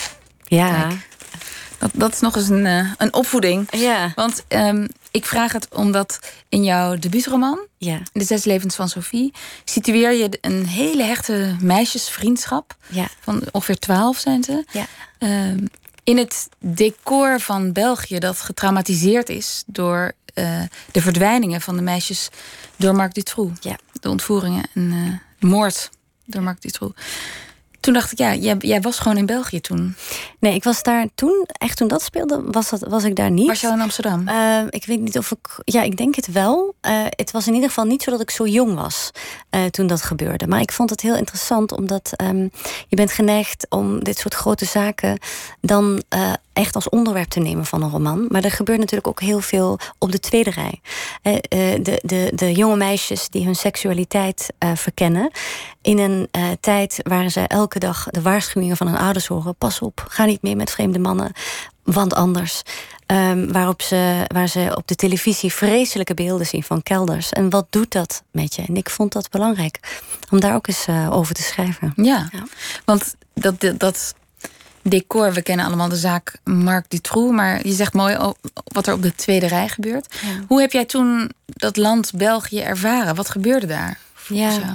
Ja. Kijk, dat, dat is nog eens een, uh, een opvoeding. Ja. Want um, ik vraag het omdat in jouw debuutroman, ja. De Zes Levens van Sophie, situeer je een hele hechte meisjesvriendschap. Ja. Van ongeveer twaalf zijn ze. Ja. Um, in het decor van België dat getraumatiseerd is door uh, de verdwijningen van de meisjes door Marc Dutroux. Ja. De ontvoeringen en uh, moord door Marc Dutroux. Toen dacht ik, ja, jij, jij was gewoon in België toen. Nee, ik was daar toen, echt toen dat speelde, was, dat, was ik daar niet. Was je al in Amsterdam? Uh, ik weet niet of ik... Ja, ik denk het wel. Uh, het was in ieder geval niet zo dat ik zo jong was uh, toen dat gebeurde. Maar ik vond het heel interessant, omdat um, je bent geneigd om dit soort grote zaken dan uh, echt als onderwerp te nemen van een roman. Maar er gebeurt natuurlijk ook heel veel op de tweede rij. Uh, de, de, de jonge meisjes die hun seksualiteit uh, verkennen in een uh, tijd waar ze elke dag de waarschuwingen van hun ouders horen. Pas op, ga niet meer met vreemde mannen, want anders. Um, waarop ze, waar ze op de televisie vreselijke beelden zien van kelders. En wat doet dat met je? En ik vond dat belangrijk om daar ook eens uh, over te schrijven. Ja, ja. Want dat, dat, dat decor, we kennen allemaal de zaak Marc Dutroux, maar je zegt mooi wat er op de tweede rij gebeurt. Ja. Hoe heb jij toen dat land België ervaren? Wat gebeurde daar? Ja. Jou?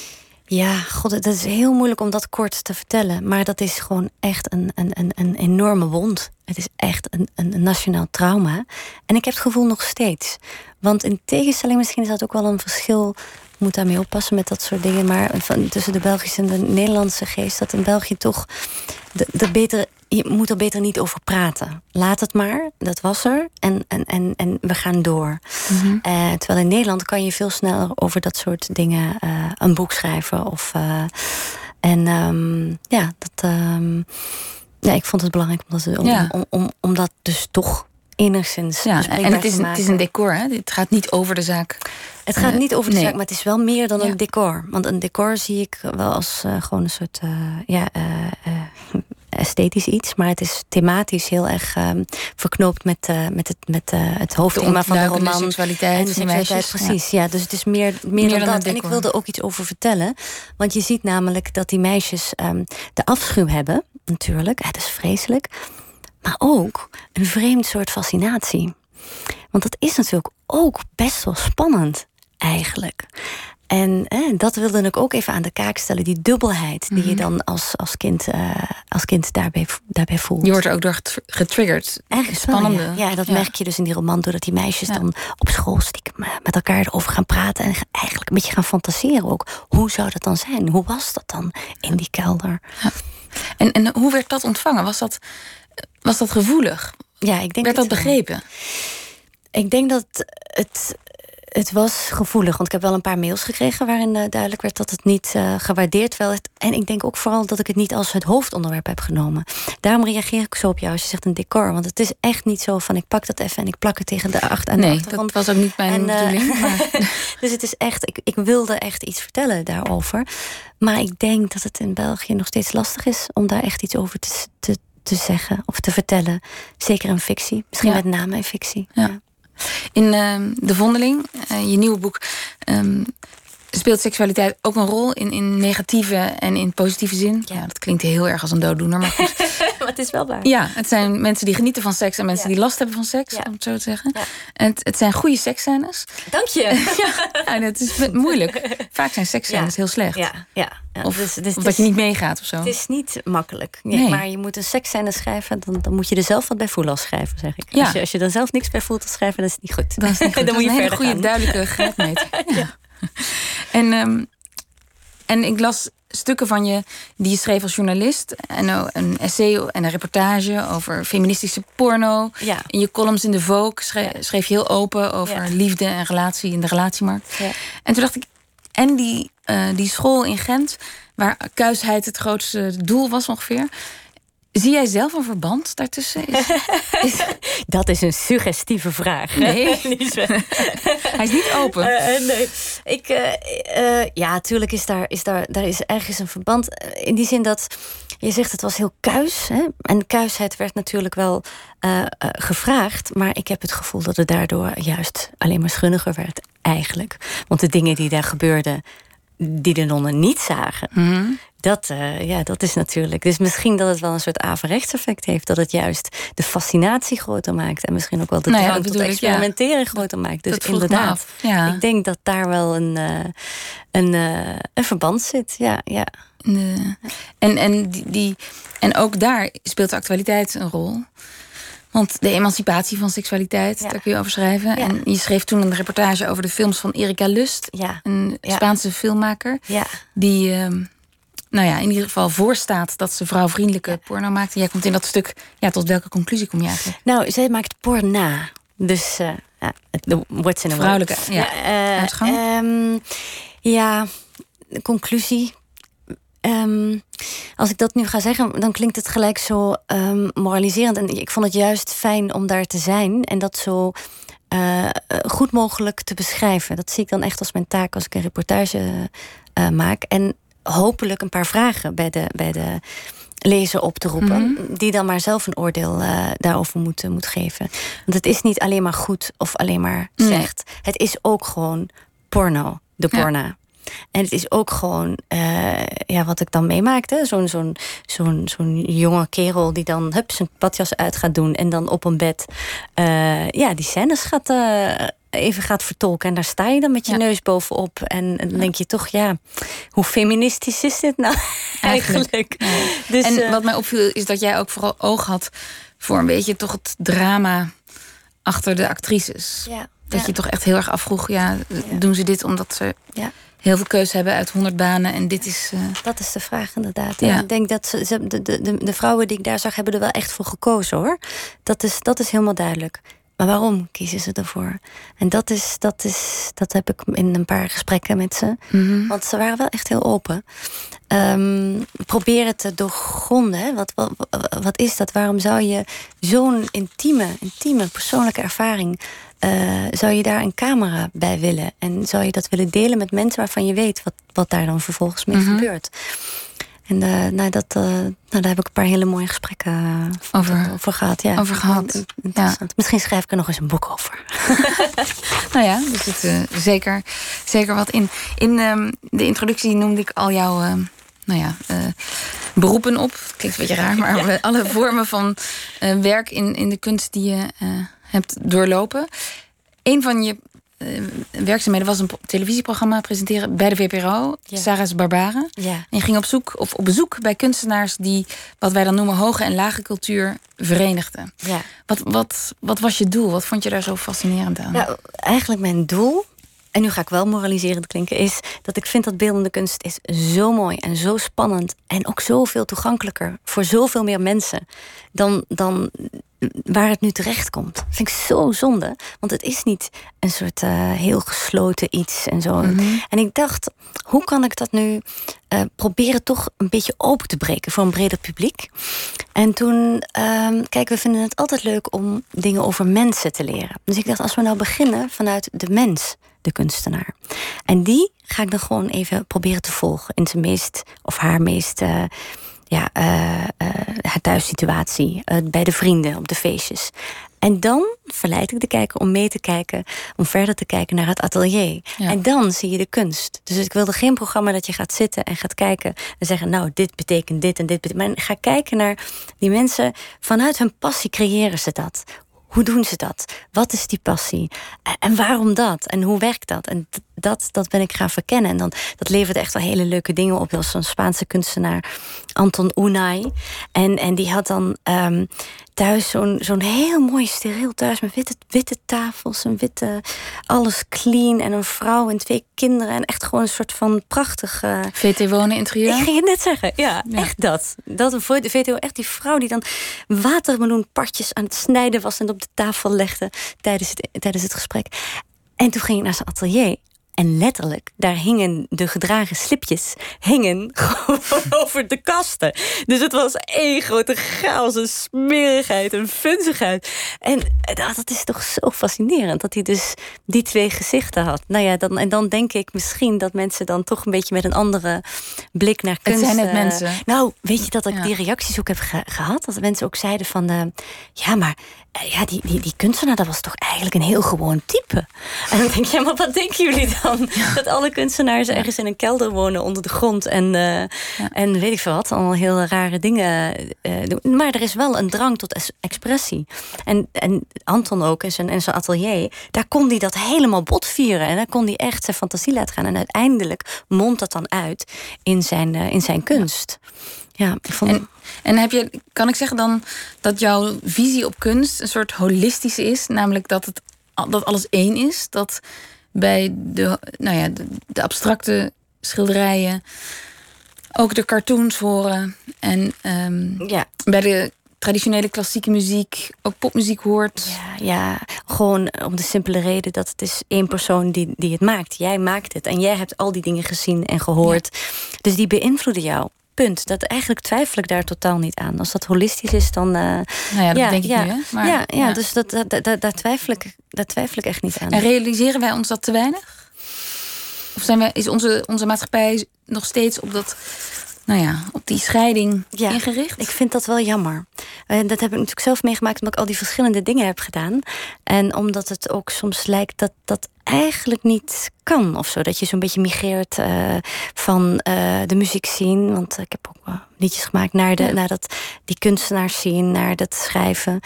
Ja, god, het is heel moeilijk om dat kort te vertellen. Maar dat is gewoon echt een, een, een, een enorme wond. Het is echt een, een nationaal trauma. En ik heb het gevoel nog steeds. Want in tegenstelling, misschien is dat ook wel een verschil. Ik moet daarmee oppassen met dat soort dingen. Maar van, tussen de Belgische en de Nederlandse geest, dat in België toch de, de betere. Je moet er beter niet over praten. Laat het maar, dat was er. En, en, en, en we gaan door. Mm-hmm. Uh, terwijl in Nederland kan je veel sneller over dat soort dingen uh, een boek schrijven. Of, uh, en um, ja, dat, um, ja, ik vond het belangrijk om dat, om, ja. om, om, om dat dus toch enigszins. Ja, en het is, het is een decor, hè? Het gaat niet over de zaak. Het gaat niet over de nee. zaak, maar het is wel meer dan ja. een decor. Want een decor zie ik wel als uh, gewoon een soort uh, ja, uh, uh, esthetisch iets. Maar het is thematisch heel erg um, verknoopt met, uh, met, het, met uh, het hoofdthema de van de roman. seksualiteit en de seksualiteit, meisjes, precies. Ja. ja, dus het is meer, meer, meer dan, dan dat. En ik wilde ook iets over vertellen. Want je ziet namelijk dat die meisjes um, de afschuw hebben, natuurlijk. Het is vreselijk. Maar ook een vreemd soort fascinatie. Want dat is natuurlijk ook best wel spannend, eigenlijk. En eh, dat wilde ik ook even aan de kaak stellen. Die dubbelheid die je dan als, als kind, uh, als kind daarbij, daarbij voelt. Je wordt er ook door getriggerd. Echt spannende. Wel, ja. ja, dat ja. merk je dus in die roman. Doordat die meisjes ja. dan op school stiekem met elkaar erover gaan praten. En eigenlijk een beetje gaan fantaseren ook. Hoe zou dat dan zijn? Hoe was dat dan in die kelder? Ja. En, en hoe werd dat ontvangen? Was dat, was dat gevoelig? Ja, ik denk werd dat het, begrepen? Ik denk dat het... Het was gevoelig, want ik heb wel een paar mails gekregen waarin uh, duidelijk werd dat het niet uh, gewaardeerd werd. En ik denk ook vooral dat ik het niet als het hoofdonderwerp heb genomen. Daarom reageer ik zo op jou als je zegt een decor. Want het is echt niet zo van ik pak dat even en ik plak het tegen de acht aan de Nee, achtergrond. dat was ook niet mijn en, uh, bedoeling. Maar... dus het is echt, ik, ik wilde echt iets vertellen daarover. Maar ik denk dat het in België nog steeds lastig is om daar echt iets over te, te, te zeggen of te vertellen. Zeker in fictie, misschien ja. met name in fictie. Ja. Ja. In uh, De Vondeling, uh, je nieuwe boek, um, speelt seksualiteit ook een rol in, in negatieve en in positieve zin. Ja. Ja, dat klinkt heel erg als een dooddoener, maar goed. Maar het is wel waar. Ja, het zijn mensen die genieten van seks en mensen ja. die last hebben van seks, ja. om het zo te zeggen. Ja. En het, het zijn goede seksscènes. Dank je. Ja, dat is moeilijk. Vaak zijn seksscènes ja. heel slecht. Ja, ja. ja. Of, dus, dus, of dat je niet meegaat of zo. Het is niet makkelijk. Nee, nee. Maar je moet een seksscène schrijven, dan, dan moet je er zelf wat bij voelen als schrijver, zeg ik. Ja. Als, je, als je er zelf niks bij voelt als schrijver, dan is het niet goed. Dat is niet goed. dan moet je een hele verder goede, gaan. duidelijke graadmeter. Ja. Ja. En, um, en ik las stukken van je die je schreef als journalist. En een essay en een reportage over feministische porno. Ja. In je columns in de Vogue schreef, schreef je heel open over ja. liefde en relatie in de relatiemarkt. Ja. En toen dacht ik, en die, uh, die school in Gent, waar kuisheid het grootste doel was ongeveer. Zie jij zelf een verband daartussen? Is, is... Dat is een suggestieve vraag. Nee. Hij is niet open. Uh, nee. Ik, uh, uh, ja, natuurlijk is daar, is daar, daar is ergens een verband. In die zin dat je zegt het was heel kuis. Hè? En kuisheid werd natuurlijk wel uh, uh, gevraagd. Maar ik heb het gevoel dat het daardoor juist alleen maar schunniger werd. Eigenlijk. Want de dingen die daar gebeurden, die de nonnen niet zagen. Mm-hmm. Dat, uh, ja, dat is natuurlijk... Dus misschien dat het wel een soort averechtseffect heeft. Dat het juist de fascinatie groter maakt. En misschien ook wel de nou drang ja, tot experimenteren ja. groter maakt. Dus dat inderdaad, ja. ik denk dat daar wel een, uh, een, uh, een verband zit. Ja, ja. De, en, en, die, die, en ook daar speelt de actualiteit een rol. Want de emancipatie van seksualiteit, ja. daar kun je over schrijven. Ja. En je schreef toen een reportage over de films van Erika Lust. Ja. Een ja. Spaanse filmmaker. Ja. Die... Um, nou ja, in ieder geval voorstaat dat ze vrouwvriendelijke ja. porno maakt. En jij komt in dat stuk, ja, tot welke conclusie kom je eigenlijk? Nou, zij maakt porna. Dus, uh, ja, what's in a vrouwelijke, word. ja, uh, uitgang? Um, ja, conclusie. Um, als ik dat nu ga zeggen, dan klinkt het gelijk zo um, moraliserend. En ik vond het juist fijn om daar te zijn. En dat zo uh, goed mogelijk te beschrijven. Dat zie ik dan echt als mijn taak als ik een reportage uh, maak. En hopelijk een paar vragen bij de, bij de lezer op te roepen. Mm-hmm. Die dan maar zelf een oordeel uh, daarover moet, moet geven. Want het is niet alleen maar goed of alleen maar slecht. Nee. Het is ook gewoon porno, de porna. Ja. En het is ook gewoon, uh, ja, wat ik dan meemaakte. Zo'n, zo'n, zo'n, zo'n jonge kerel die dan hup, zijn badjas uit gaat doen. En dan op een bed uh, ja, die scènes gaat... Uh, even gaat vertolken. En daar sta je dan met je ja. neus bovenop. En dan denk je toch, ja, hoe feministisch is dit nou eigenlijk? eigenlijk. Ja. Dus, en uh, wat mij opviel is dat jij ook vooral oog had voor een beetje toch het drama achter de actrices. Ja. Dat ja. je toch echt heel erg afvroeg, ja, ja. doen ze dit omdat ze ja. heel veel keuze hebben uit honderd banen en dit is... Uh... Dat is de vraag inderdaad. Ja. Ik denk dat ze, ze, de, de, de vrouwen die ik daar zag hebben er wel echt voor gekozen, hoor. Dat is, dat is helemaal duidelijk. Maar waarom kiezen ze ervoor? En dat is, dat is, dat heb ik in een paar gesprekken met ze. Mm-hmm. Want ze waren wel echt heel open. Um, proberen te doorgronden. Hè? Wat, wat, wat is dat? Waarom zou je zo'n intieme, intieme persoonlijke ervaring... Uh, zou je daar een camera bij willen? En zou je dat willen delen met mensen waarvan je weet... wat, wat daar dan vervolgens mee mm-hmm. gebeurt? En uh, nou, dat, uh, nou, daar heb ik een paar hele mooie gesprekken uh, over, over gehad. Ja. Over gehad. Ja. Misschien schrijf ik er nog eens een boek over. Nou ja, er zit uh, zeker, zeker wat in. In um, de introductie noemde ik al jouw uh, nou ja, uh, beroepen op. Klinkt een beetje raar, maar ja. alle vormen van uh, werk in, in de kunst die je uh, hebt doorlopen. Een van je Uh, werkzaamheden was een televisieprogramma presenteren bij de V P R O, ja. Sarah's Barbaren. Ja. En je ging op, zoek, of op bezoek bij kunstenaars die, wat wij dan noemen, hoge en lage cultuur verenigden. Ja. Wat, wat, wat was je doel? Wat vond je daar zo fascinerend aan? Nou, eigenlijk mijn doel en nu ga ik wel moraliserend klinken, is dat ik vind dat beeldende kunst is zo mooi en zo spannend en ook zoveel toegankelijker voor zoveel meer mensen dan, dan waar het nu terecht komt. Dat vind ik zo zonde, want het is niet een soort uh, heel gesloten iets en zo. Mm-hmm. En ik dacht, hoe kan ik dat nu uh, proberen toch een beetje open te breken voor een breder publiek? En toen, uh, kijk, we vinden het altijd leuk om dingen over mensen te leren. Dus ik dacht, als we nou beginnen vanuit de mens, de kunstenaar. En die ga ik dan gewoon even proberen te volgen in zijn meest, of haar meest, uh, ja, uh, uh, haar thuissituatie, uh, bij de vrienden, op de feestjes. En dan verleid ik de kijker om mee te kijken, om verder te kijken naar het atelier. Ja. En dan zie je de kunst. Dus ik wilde geen programma dat je gaat zitten en gaat kijken en zeggen, nou, dit betekent dit en dit betekent. Maar ga kijken naar die mensen, vanuit hun passie creëren ze dat. Hoe doen ze dat? Wat is die passie? En waarom dat? En hoe werkt dat? En dat, dat ben ik gaan verkennen. En dan, dat levert echt wel hele leuke dingen op. Als zo'n Spaanse kunstenaar, Anton Unai. En, en die had dan um, thuis zo'n, zo'n heel mooi steriel thuis met witte, witte tafels en witte, alles clean. En een vrouw en twee kinderen. En echt gewoon een soort van prachtig Uh... V T wonen interieur? Ik ging het net zeggen. Ja, ja. Echt dat. Dat een V T O, echt die vrouw die dan watermeloenpartjes aan het snijden was en op de tafel legde tijdens het, tijdens het gesprek. En toen ging ik naar zijn atelier. En letterlijk, daar hingen de gedragen slipjes hingen gewoon over de kasten. Dus het was één grote chaos, een smerigheid, een funzigheid. En dat is toch zo fascinerend, dat hij dus die twee gezichten had. Nou ja, dan, en dan denk ik misschien dat mensen dan toch een beetje met een andere blik naar kunst. Het zijn net mensen. Nou, weet je dat ik ja. die reacties ook heb ge- gehad? Dat mensen ook zeiden van, uh, ja, maar ja, die, die, die kunstenaar, dat was toch eigenlijk een heel gewoon type. En dan denk je, ja, maar wat denken jullie dan? Ja. Dat alle kunstenaars ergens in een kelder wonen onder de grond en, uh, ja. en weet ik veel wat, allemaal heel rare dingen uh, doen. Maar er is wel een drang tot es- expressie. En, en Anton ook in zijn, in zijn atelier, daar kon hij dat helemaal botvieren. En daar kon hij echt zijn fantasie laten gaan. En uiteindelijk mondt dat dan uit in zijn, uh, in zijn kunst. Ja. Ja, ik vond... en, en heb je, kan ik zeggen dan dat jouw visie op kunst een soort holistische is? Namelijk dat, het, dat alles één is? Dat bij de, nou ja, de, de abstracte schilderijen ook de cartoons horen. En um, ja. bij de traditionele klassieke muziek ook popmuziek hoort. Ja, ja, gewoon om de simpele reden dat het is één persoon die, die het maakt. Jij maakt het en jij hebt al die dingen gezien en gehoord. Ja. Dus die beïnvloeden jou. Punt. Dat eigenlijk twijfel ik daar totaal niet aan. Als dat holistisch is, dan Uh, nou ja, dat ja, denk ik ja, nu, hè? Maar, ja, ja, ja, dus dat, dat, dat, daar, twijfel ik, daar twijfel ik echt niet aan. En realiseren wij ons dat te weinig? Of zijn wij, is onze, onze maatschappij nog steeds op dat, nou ja, op die scheiding ja, ingericht? Ik vind dat wel jammer. Uh, dat heb ik natuurlijk zelf meegemaakt omdat ik al die verschillende dingen heb gedaan. En omdat het ook soms lijkt dat dat eigenlijk niet kan of zo. Dat je zo'n beetje migreert uh, van uh, de muziek scene. Want ik heb ook uh, liedjes gemaakt naar, de, ja. naar dat, die kunstenaars scene, naar dat schrijven.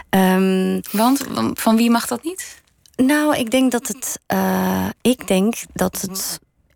Um, Want van wie mag dat niet? Nou, ik denk dat het. Uh, ik denk dat het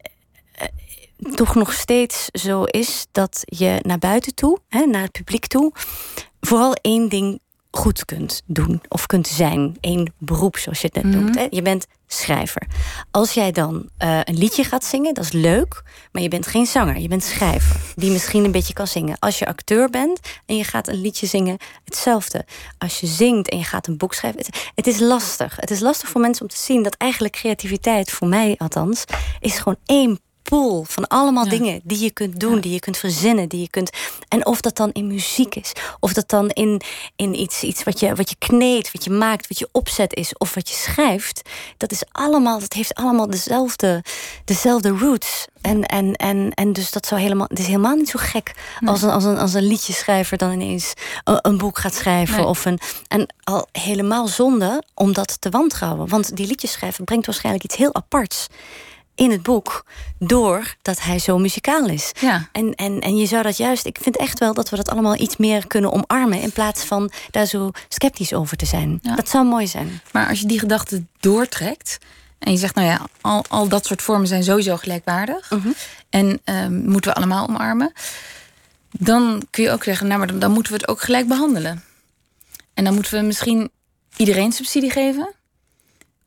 uh, toch nog steeds zo is dat je naar buiten toe, hè, naar het publiek toe, vooral één ding goed kunt doen of kunt zijn. Eén beroep, zoals je het net mm-hmm. noemt. Hè. Je bent schrijver. Als jij dan uh, een liedje gaat zingen, dat is leuk, maar je bent geen zanger. Je bent schrijver, die misschien een beetje kan zingen. Als je acteur bent en je gaat een liedje zingen, hetzelfde. Als je zingt en je gaat een boek schrijven, het, het is lastig. Het is lastig voor mensen om te zien dat eigenlijk creativiteit, voor mij althans, is gewoon één pool van allemaal ja. dingen die je kunt doen, ja. die je kunt verzinnen, die je kunt. En of dat dan in muziek is, of dat dan in, in iets, iets wat je, wat je kneedt, wat je maakt, wat je opzet is, of wat je schrijft, dat is allemaal, dat heeft allemaal dezelfde, dezelfde roots. En, en, en, en dus dat zou helemaal, het is helemaal niet zo gek nee. als, een, als, een, als een liedjeschrijver dan ineens een, een boek gaat schrijven. Nee. Of een, en al helemaal zonde om dat te wantrouwen. Want die liedjeschrijver brengt waarschijnlijk iets heel aparts in het boek, doordat hij zo muzikaal is. Ja. En, en, en je zou dat juist, ik vind echt wel dat we dat allemaal iets meer kunnen omarmen, in plaats van daar zo sceptisch over te zijn. Ja. Dat zou mooi zijn. Maar als je die gedachte doortrekt en je zegt, nou ja, al, al dat soort vormen zijn sowieso gelijkwaardig. Mm-hmm. En um, moeten we allemaal omarmen. Dan kun je ook zeggen, nou maar dan, dan moeten we het ook gelijk behandelen. En dan moeten we misschien iedereen subsidie geven.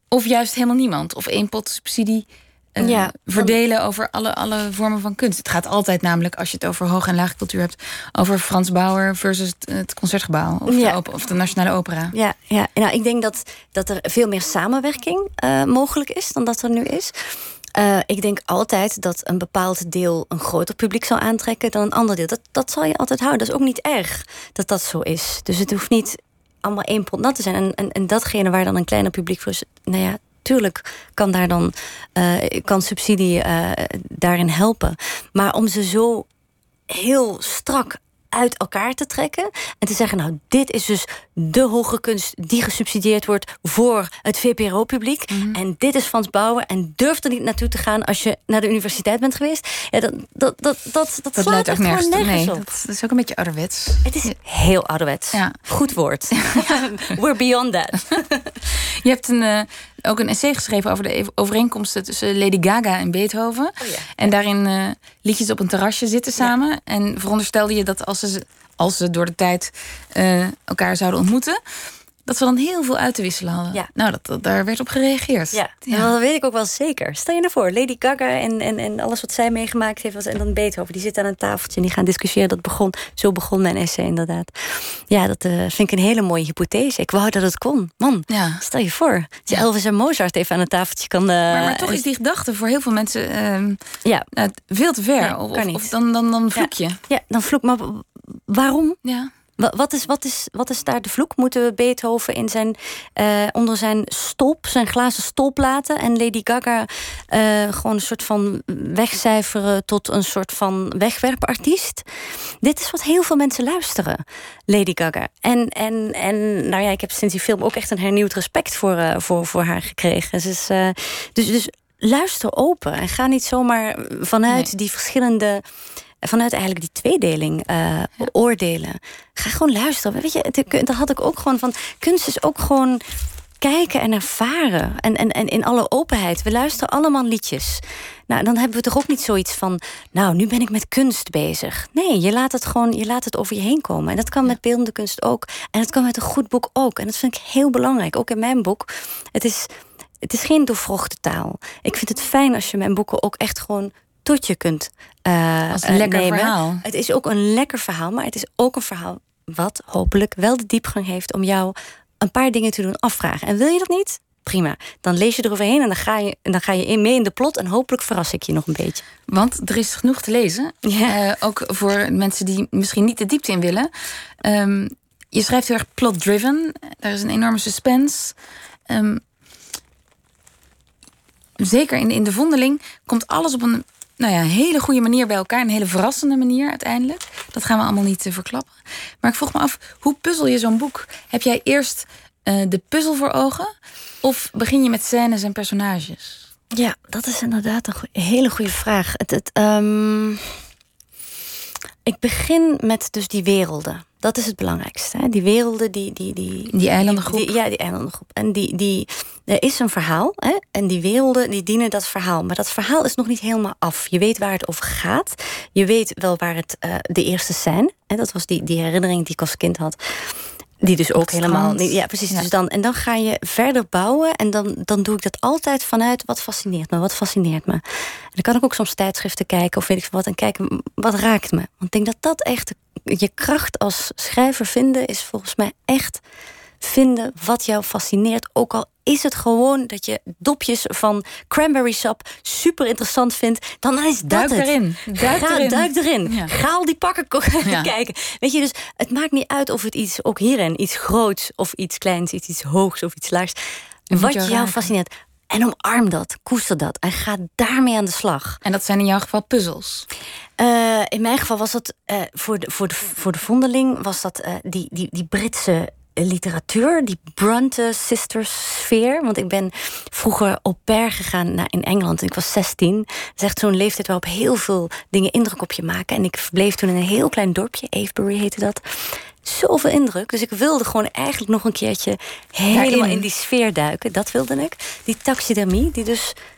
Of juist helemaal niemand. Of één pot subsidie uh, ja, verdelen dan... over alle, alle vormen van kunst. Het gaat altijd namelijk, als je het over hoog- en laag cultuur hebt... over Frans Bauer versus het, het Concertgebouw. Of, ja. de, op, of de Nationale Opera. Ja, ja. Nou, ik denk dat, dat er veel meer samenwerking uh, mogelijk is dan dat er nu is. Uh, ik denk altijd dat een bepaald deel een groter publiek zal aantrekken dan een ander deel. Dat, dat zal je altijd houden. Dat is ook niet erg dat dat zo is. Dus het hoeft niet allemaal één pot nat te zijn. En, en, en datgene waar dan een kleiner publiek voor is, nou ja, tuurlijk kan daar dan uh, kan subsidie uh, daarin helpen. Maar om ze zo heel strak uit elkaar te trekken en te zeggen, nou, dit is dus de hoge kunst die gesubsidieerd wordt voor het V P R O-publiek. Mm-hmm. En dit is Frans Bauer. En durf er niet naartoe te gaan als je naar de universiteit bent geweest. Ja, dat, dat, dat, dat, dat, dat slaat echt nergens, gewoon nergens nee, op. Dat, dat is ook een beetje ouderwets. Het is heel ouderwets. Ja. Goed woord. We're beyond that. Je hebt een, uh, ook een essay geschreven over de overeenkomsten tussen Lady Gaga en Beethoven. Oh ja. En daarin uh, liedjes op een terrasje zitten samen. Ja. En veronderstelde je dat als ze, als ze door de tijd uh, elkaar zouden ontmoeten, dat ze dan heel veel uit te wisselen hadden. Ja. Nou, dat, dat, daar werd op gereageerd. Ja, ja. Dat weet ik ook wel zeker. Stel je nou voor, Lady Gaga en, en, en alles wat zij meegemaakt heeft, en dan Beethoven, die zitten aan een tafeltje en die gaan discussiëren. Dat begon, zo begon mijn essay inderdaad. Ja, dat uh, vind ik een hele mooie hypothese. Ik wou dat het kon. Man, ja. Stel je voor, dat je ja. Elvis en Mozart even aan een tafeltje kan... Uh, maar, maar toch is die gedachte voor heel veel mensen uh, ja. uh, veel te ver. Ja, of, of, of dan, dan, dan vloek je. Ja, ja, dan vloek. Maar waarom? Ja. Wat is, wat, is, wat is daar de vloek? Moeten we Beethoven in zijn, uh, onder zijn stolp, zijn glazen stolp laten en Lady Gaga uh, gewoon een soort van wegcijferen tot een soort van wegwerpartiest? Dit is wat heel veel mensen luisteren, Lady Gaga. En, en, en nou ja, ik heb sinds die film ook echt een hernieuwd respect voor, uh, voor, voor haar gekregen. Dus, uh, dus, dus luister open en ga niet zomaar vanuit nee. die verschillende... vanuit eigenlijk die tweedeling uh, ja. oordelen. Ga gewoon luisteren. Weet je, dat had ik ook gewoon van... kunst is ook gewoon kijken en ervaren. En, en, en in alle openheid. We luisteren allemaal liedjes. Nou, dan hebben we toch ook niet zoiets van... nou, nu ben ik met kunst bezig. Nee, je laat het gewoon je laat het over je heen komen. En dat kan met beeldende kunst ook. En dat kan met een goed boek ook. En dat vind ik heel belangrijk. Ook in mijn boek. Het is, het is geen doorvrochte taal. Ik vind het fijn als je mijn boeken ook echt gewoon... tot je kunt uh, Als een lekker nemen. verhaal. Het is ook een lekker verhaal, maar het is ook een verhaal wat hopelijk wel de diepgang heeft om jou een paar dingen te doen afvragen. En wil je dat niet? Prima. Dan lees je eroverheen en dan ga je, en dan ga je in mee in de plot en hopelijk verras ik je nog een beetje. Want er is genoeg te lezen. Ja. Uh, ook voor mensen die misschien niet de diepte in willen. Um, je schrijft heel erg plot-driven. Er is een enorme suspense. Um, Zeker in, in de vondeling komt alles op een nou ja, hele goede manier bij elkaar. Een hele verrassende manier uiteindelijk. Dat gaan we allemaal niet uh, verklappen. Maar ik vroeg me af, hoe puzzel je zo'n boek? Heb jij eerst uh, de puzzel voor ogen? Of begin je met scènes en personages? Ja, dat is inderdaad een, goeie, een hele goede vraag. Het, het, um... Ik begin met dus die werelden. Dat is het belangrijkste. Hè? Die werelden, die... Die, die, die eilandengroep. Die, ja, die eilandengroep. En die, die, er is een verhaal. Hè? En die werelden, die dienen dat verhaal. Maar dat verhaal is nog niet helemaal af. Je weet waar het over gaat. Je weet wel waar het uh, de eerste scène... Hè? Dat was die, die herinnering die ik als kind had... Die dus ook helemaal niet. Ja, precies. Ja. Dus dan, en dan ga je verder bouwen. En dan, dan doe ik dat altijd vanuit wat fascineert me. Wat fascineert me. En dan kan ik ook soms tijdschriften kijken of weet ik veel wat. En kijken wat raakt me. Want ik denk dat dat echt. Je kracht als schrijver vinden is volgens mij echt vinden wat jou fascineert. Ook al is het gewoon dat je dopjes van cranberry sap super interessant vindt, dan is dat duik het. Erin. Duik Ga, erin. Duik erin. Ja. Ga al die pakken ja. kijken. Weet je, dus het maakt niet uit of het iets, ook hierin, iets groots of iets kleins, iets, iets hoogs of iets laags. Wat jou, jou fascineert. En omarm dat, koester dat en ga daarmee aan de slag. En dat zijn in jouw geval puzzels? Uh, in mijn geval was dat uh, voor, de, voor, de, voor de vondeling was dat uh, die, die, die Britse literatuur, die Bronte sisters sfeer. Want ik ben vroeger au pair gegaan naar, in Engeland. Ik was zestien. Dat is echt zo'n leeftijd waarop heel veel dingen indruk op je maken. En ik verbleef toen in een heel klein dorpje. Avebury heette dat. Zoveel indruk. Dus ik wilde gewoon eigenlijk nog een keertje helemaal Daarin. in die sfeer duiken. Dat wilde ik. Die taxidermie, die dus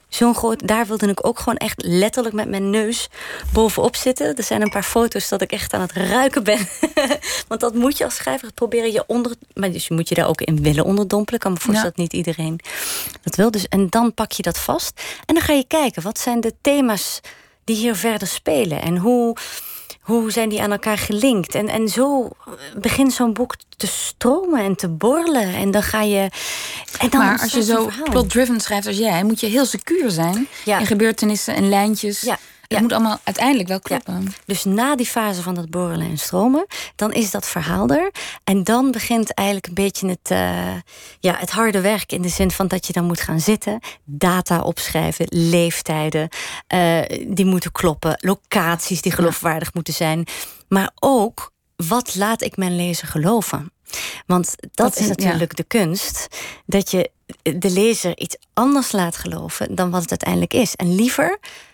Zo'n groot, daar wilde ik ook gewoon echt letterlijk met mijn neus bovenop zitten. Er zijn een paar foto's dat ik echt aan het ruiken ben. Want dat moet je als schrijver proberen je onder... Maar dus je moet je daar ook in willen onderdompelen. Ik kan me voorstellen ja. dat niet iedereen dat wil. Dus, en dan pak je dat vast. En dan ga je kijken, wat zijn de thema's die hier verder spelen? En hoe... Hoe zijn die aan elkaar gelinkt? En, en zo begint zo'n boek te stromen en te borrelen. En dan ga je... En dan maar als je zo plot-driven schrijft als jij... moet je heel secuur zijn ja. in gebeurtenissen en lijntjes. Ja. Het ja. moet allemaal uiteindelijk wel kloppen. Ja. Dus na die fase van dat borrelen en stromen... dan is dat verhaal er. En dan begint eigenlijk een beetje het, uh, ja, het harde werk... in de zin van dat je dan moet gaan zitten... data opschrijven, leeftijden... Uh, die moeten kloppen, locaties die geloofwaardig ja. moeten zijn. Maar ook, wat laat ik mijn lezer geloven? Want dat, dat is natuurlijk ja. de kunst... dat je de lezer iets anders laat geloven... dan wat het uiteindelijk is. En liever...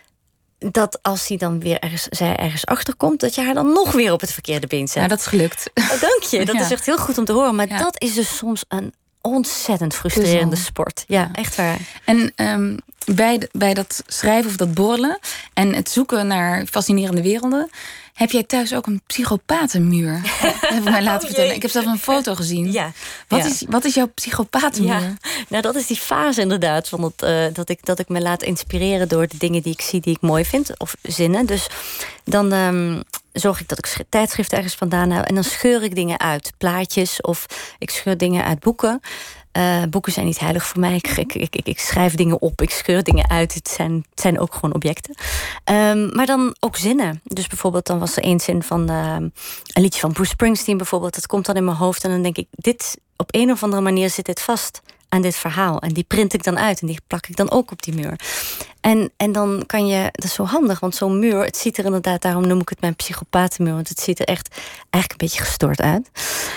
dat als hij dan weer ergens, zij ergens achterkomt... dat je haar dan nog weer op het verkeerde been zet. Ja, dat is gelukt. Oh, dank je, dat ja. is echt heel goed om te horen. Maar ja. dat is dus soms een ontzettend frustrerende Puzzel. sport. Ja, ja, echt waar. En um, bij, de, bij dat schrijven of dat borrelen... en het zoeken naar fascinerende werelden... heb jij thuis ook een psychopatenmuur? Dat heb ik mij laten oh, vertellen. Ik heb zelf een foto gezien. Ja. Wat, ja. Is, wat is jouw psychopatenmuur? Ja. Nou, dat is die fase inderdaad. Van het, uh, dat, ik, dat ik me laat inspireren door de dingen die ik zie... die ik mooi vind, of zinnen. Dus dan... Um, zorg ik dat ik tijdschriften ergens vandaan heb... en dan scheur ik dingen uit. Plaatjes of ik scheur dingen uit boeken. Uh, boeken zijn niet heilig voor mij. Ik, ik, ik, ik schrijf dingen op, ik scheur dingen uit. Het zijn, het zijn ook gewoon objecten. Um, maar dan ook zinnen. Dus bijvoorbeeld dan was er één zin van... Uh, een liedje van Bruce Springsteen bijvoorbeeld. Dat komt dan in mijn hoofd en dan denk ik... dit op een of andere manier zit dit vast aan dit verhaal. En die print ik dan uit en die plak ik dan ook op die muur. En, en dan kan je... Dat is zo handig, want zo'n muur... het ziet er inderdaad, daarom noem ik het mijn psychopatenmuur... want het ziet er echt eigenlijk een beetje gestoord uit.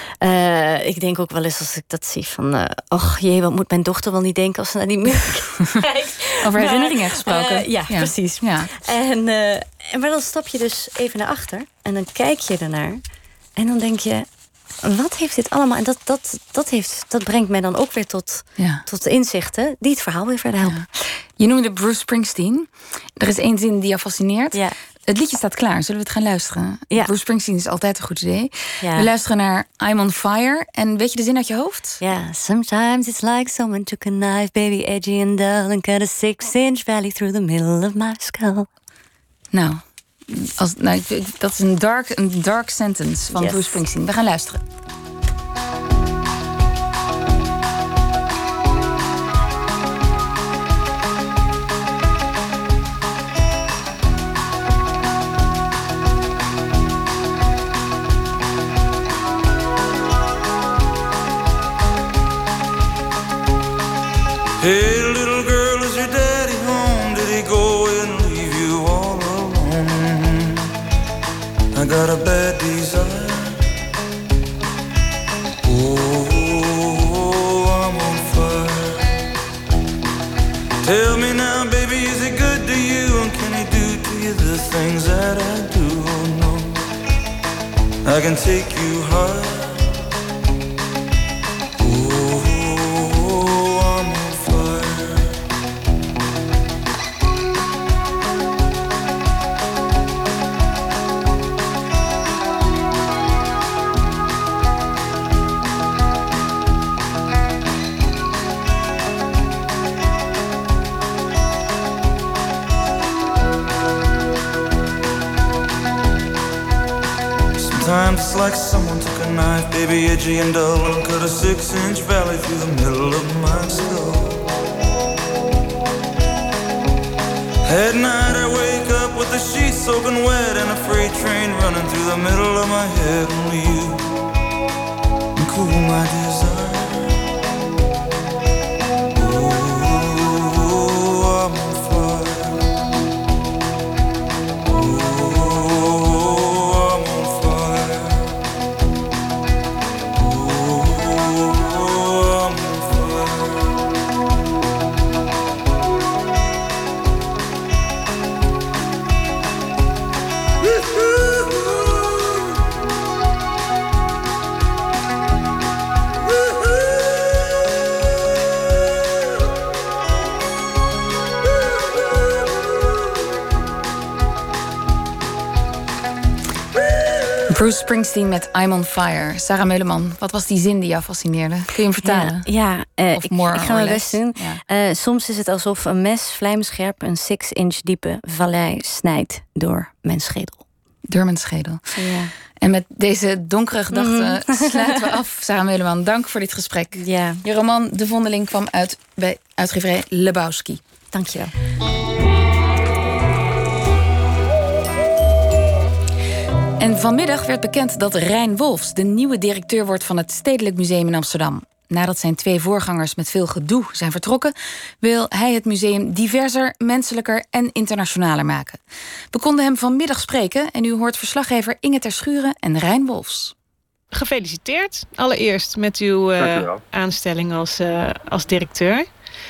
Uh, ik denk ook wel eens als ik dat zie van... Uh, och jee, wat moet mijn dochter wel niet denken... als ze naar die muur kijkt. Over herinneringen maar, gesproken. Uh, ja, ja, precies. Ja. En, uh, en maar dan stap je dus even naar achter... en dan kijk je ernaar... en dan denk je... wat heeft dit allemaal? En dat, dat, dat, heeft, dat brengt mij dan ook weer tot, ja. tot de inzichten... die het verhaal weer verder helpen. Ja. Je noemde Bruce Springsteen. Er is één zin die jou fascineert. Ja. Het liedje staat klaar. Zullen we het gaan luisteren? Ja. Bruce Springsteen is altijd een goed idee. Ja. We luisteren naar I'm on Fire. En weet je de zin uit je hoofd? Ja. Yeah. Sometimes it's like someone took a knife, baby, edgy and dull... and cut a six-inch valley through the middle of my skull. Nou, als, nou dat is een dark, een dark sentence van yes. Bruce Springsteen. We gaan luisteren. Hey, little girl, is your daddy home? Did he go and leave you all alone? I got a bad desire. Oh, I'm on fire. Tell me now, baby, is he good to you? And can he do to you the things that I do? Oh, no, I can take you high. Sometimes it's like someone took a knife, baby, edgy and dull, and cut a six-inch valley through the middle of my skull. At night I wake up with the sheets soaking wet and a freight train running through the middle of my head. Only you can cool my desire. Oh, I'm on fire. Bruce Springsteen met I'm on Fire. Sarah Meuleman, wat was die zin die jou fascineerde? Kun je hem vertalen? Ja, ja uh, of ik, more ik ga mijn best doen. Ja. Uh, soms is het alsof een mes vlijmscherp een six-inch diepe vallei snijdt door mijn schedel. Door mijn schedel. Ja. En met deze donkere gedachten mm. sluiten we af. Sarah Meuleman, dank voor dit gesprek. Ja. Je roman De Vondeling kwam uit bij uitgeverij Lebowski. Dank je wel. En vanmiddag werd bekend dat Rijn Wolfs de nieuwe directeur wordt van het Stedelijk Museum in Amsterdam. Nadat zijn twee voorgangers met veel gedoe zijn vertrokken, wil hij het museum diverser, menselijker en internationaler maken. We konden hem vanmiddag spreken en u hoort verslaggever Inge Terschuren en Rijn Wolfs. Gefeliciteerd allereerst met uw uh, aanstelling als, uh, als directeur.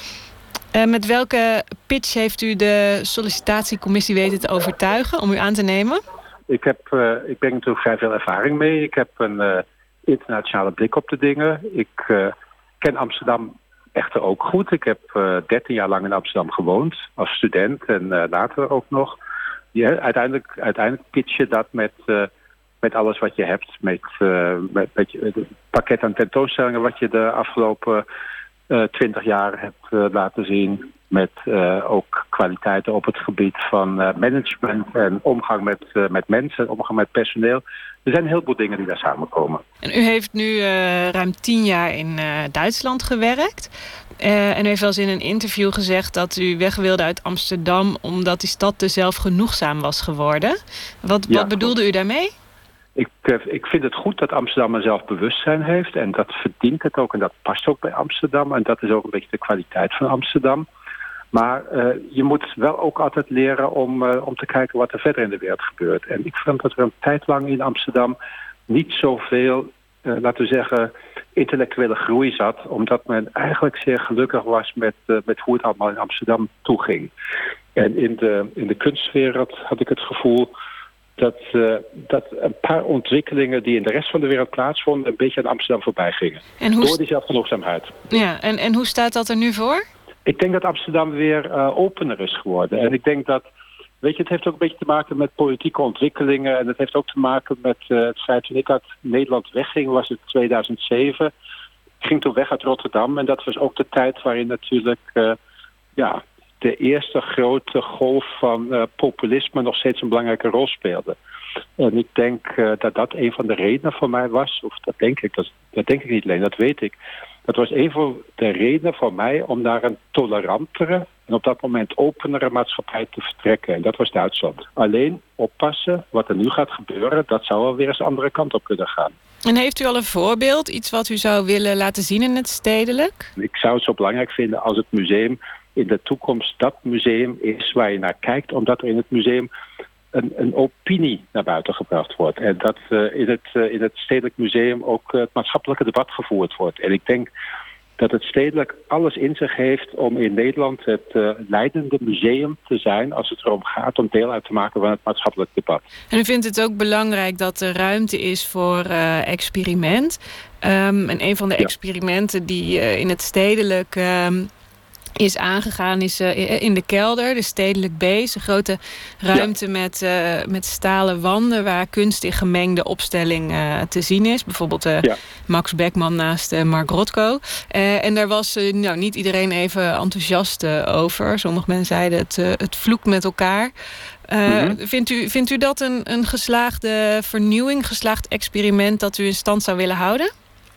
Uh, met welke pitch heeft u de sollicitatiecommissie weten te overtuigen om u aan te nemen? Ik, heb, uh, ik breng natuurlijk vrij veel ervaring mee. Ik heb een uh, internationale blik op de dingen. Ik uh, ken Amsterdam echter ook goed. Ik heb uh, dertien jaar lang in Amsterdam gewoond als student en uh, later ook nog. Ja, uiteindelijk, uiteindelijk pitch je dat met, uh, met alles wat je hebt. Met, uh, met, met het pakket aan tentoonstellingen wat je de afgelopen twintig uh, jaar hebt uh, laten zien. Met uh, ook kwaliteiten op het gebied van uh, management en omgang met, uh, met mensen, omgang met personeel. Er zijn een heleboel dingen die daar samenkomen. En u heeft nu uh, ruim tien jaar in uh, Duitsland gewerkt. Uh, en u heeft wel eens in een interview gezegd dat u weg wilde uit Amsterdam omdat die stad te zelfgenoegzaam was geworden. Wat, ja, wat bedoelde u daarmee? Ik, ik vind het goed dat Amsterdam een zelfbewustzijn heeft. En dat verdient het ook en dat past ook bij Amsterdam. En dat is ook een beetje de kwaliteit van Amsterdam. Maar uh, je moet wel ook altijd leren om, uh, om te kijken wat er verder in de wereld gebeurt. En ik vond dat er een tijd lang in Amsterdam niet zoveel, uh, laten we zeggen, intellectuele groei zat. Omdat men eigenlijk zeer gelukkig was met, uh, met hoe het allemaal in Amsterdam toeging. En in de, in de kunstwereld had ik het gevoel dat, uh, dat een paar ontwikkelingen die in de rest van de wereld plaatsvonden een beetje aan Amsterdam voorbij gingen. En hoe door die zelfgenoegzaamheid. Ja, en, en hoe staat dat er nu voor? Ik denk dat Amsterdam weer uh, opener is geworden. En ik denk dat, weet je, het heeft ook een beetje te maken met politieke ontwikkelingen. En het heeft ook te maken met uh, het feit, toen ik uit Nederland wegging, was het tweeduizend zeven. Ik ging toen weg uit Rotterdam. En dat was ook de tijd waarin natuurlijk uh, ja, de eerste grote golf van uh, populisme nog steeds een belangrijke rol speelde. En ik denk uh, dat dat een van de redenen voor mij was. Of dat denk ik, dat, dat denk ik niet alleen, dat weet ik. Dat was een van de redenen voor mij om naar een tolerantere en op dat moment openere maatschappij te vertrekken. En dat was Duitsland. Alleen oppassen, wat er nu gaat gebeuren, dat zou alweer eens de andere kant op kunnen gaan. En heeft u al een voorbeeld, iets wat u zou willen laten zien in het stedelijk? Ik zou het zo belangrijk vinden als het museum in de toekomst dat museum is waar je naar kijkt, omdat er in het museum Een, een opinie naar buiten gebracht wordt. En dat uh, in, het, uh, in het Stedelijk Museum ook uh, het maatschappelijke debat gevoerd wordt. En ik denk dat het Stedelijk alles in zich heeft om in Nederland het uh, leidende museum te zijn als het erom gaat om deel uit te maken van het maatschappelijk debat. En u vindt het ook belangrijk dat er ruimte is voor uh, experiment. Um, en een van de ja. experimenten die uh, in het Stedelijk Um, is aangegaan is uh, in de kelder, de Stedelijk Beest. Een grote ruimte ja. met, uh, met stalen wanden waar kunst in gemengde opstelling uh, te zien is. Bijvoorbeeld uh, ja. Max Beckman naast uh, Mark Rothko. Uh, en daar was uh, nou, niet iedereen even enthousiast uh, over. Sommige mensen zeiden het, uh, het vloekt met elkaar. Uh, mm-hmm. vindt, u, vindt u dat een, een geslaagde vernieuwing, geslaagd experiment dat u in stand zou willen houden?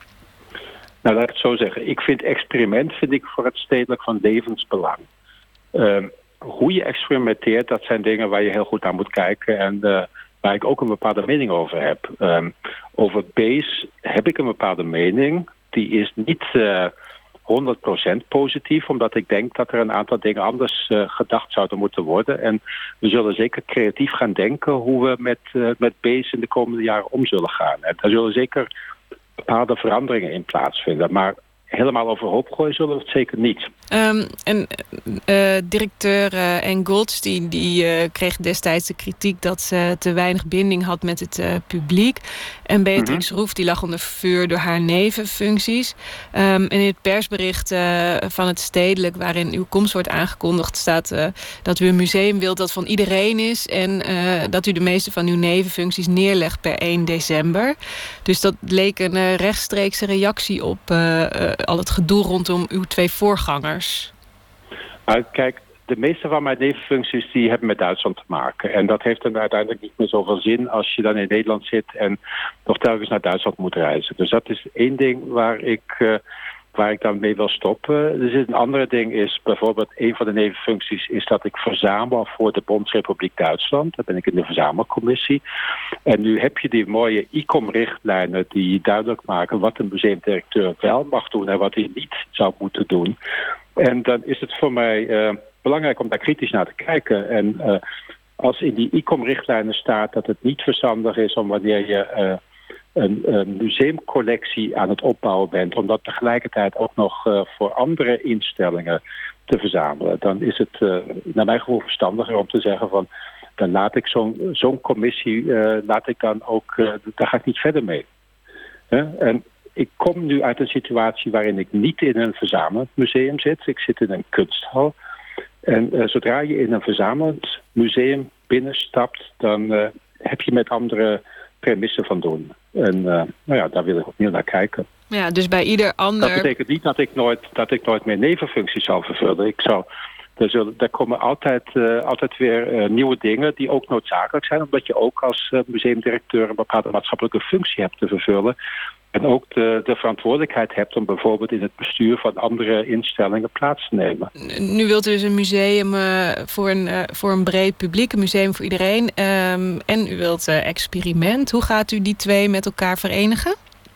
Nou, laat ik het zo zeggen. Ik vind experiment vind ik voor het Stedelijk van levensbelang. Uh, hoe je experimenteert, dat zijn dingen waar je heel goed naar moet kijken. En uh, waar ik ook een bepaalde mening over heb. Uh, over Bees heb ik een bepaalde mening. Die is niet uh, honderd procent positief. Omdat ik denk dat er een aantal dingen anders uh, gedacht zouden moeten worden. En we zullen zeker creatief gaan denken hoe we met, uh, met Bees in de komende jaren om zullen gaan. En daar zullen zeker bepaalde veranderingen in plaatsvinden. Maar helemaal overhoop gooien zullen we het zeker niet. Um, en uh, directeur uh, Anne Goldstein die uh, kreeg destijds de kritiek dat ze te weinig binding had met het uh, publiek. En Beatrix mm-hmm. Roef die lag onder vuur door haar nevenfuncties. Um, en in het persbericht uh, van het Stedelijk, waarin uw komst wordt aangekondigd, staat uh, dat u een museum wilt dat van iedereen is en uh, dat u de meeste van uw nevenfuncties neerlegt per één december. Dus dat leek een uh, rechtstreekse reactie op uh, uh, al het gedoe rondom uw twee voorgangers. Uh, kijk, de meeste van mijn nevenfuncties die hebben met Duitsland te maken. En dat heeft dan uiteindelijk niet meer zoveel zin als je dan in Nederland zit en nog telkens naar Duitsland moet reizen. Dus dat is één ding waar ik, uh, waar ik dan mee wil stoppen. Er is een andere ding is bijvoorbeeld een van de nevenfuncties is dat ik verzamel voor de Bondsrepubliek Duitsland. Daar ben ik in de verzamelcommissie. En nu heb je die mooie I C O M-richtlijnen die duidelijk maken wat een museumdirecteur wel mag doen en wat hij niet zou moeten doen. En dan is het voor mij uh, belangrijk om daar kritisch naar te kijken. En uh, als in die I C O M-richtlijnen staat dat het niet verstandig is om wanneer je uh, een, een museumcollectie aan het opbouwen bent, om dat tegelijkertijd ook nog uh, voor andere instellingen te verzamelen, dan is het uh, naar mijn gevoel verstandiger om te zeggen van dan laat ik zo'n, zo'n commissie, uh, laat ik dan ook, uh, daar ga ik niet verder mee. Huh? En ik kom nu uit een situatie waarin ik niet in een verzamelend museum zit. Ik zit in een kunsthal. En uh, zodra je in een verzamelend museum binnenstapt, dan uh, heb je met andere premissen van doen. En uh, nou ja, daar wil ik opnieuw naar kijken. Ja, dus bij ieder ander... Dat betekent niet dat ik nooit, dat ik nooit meer nevenfuncties zal vervullen. Ik zou... Er, zullen, er komen altijd, uh, altijd weer uh, nieuwe dingen die ook noodzakelijk zijn, omdat je ook als uh, museumdirecteur een bepaalde maatschappelijke functie hebt te vervullen. En ook de, de verantwoordelijkheid hebt om bijvoorbeeld in het bestuur van andere instellingen plaats te nemen. Nu wilt u dus een museum uh, voor, een, uh, voor een breed publiek, een museum voor iedereen. Um, en u wilt uh, experiment. Hoe gaat u die twee met elkaar verenigen?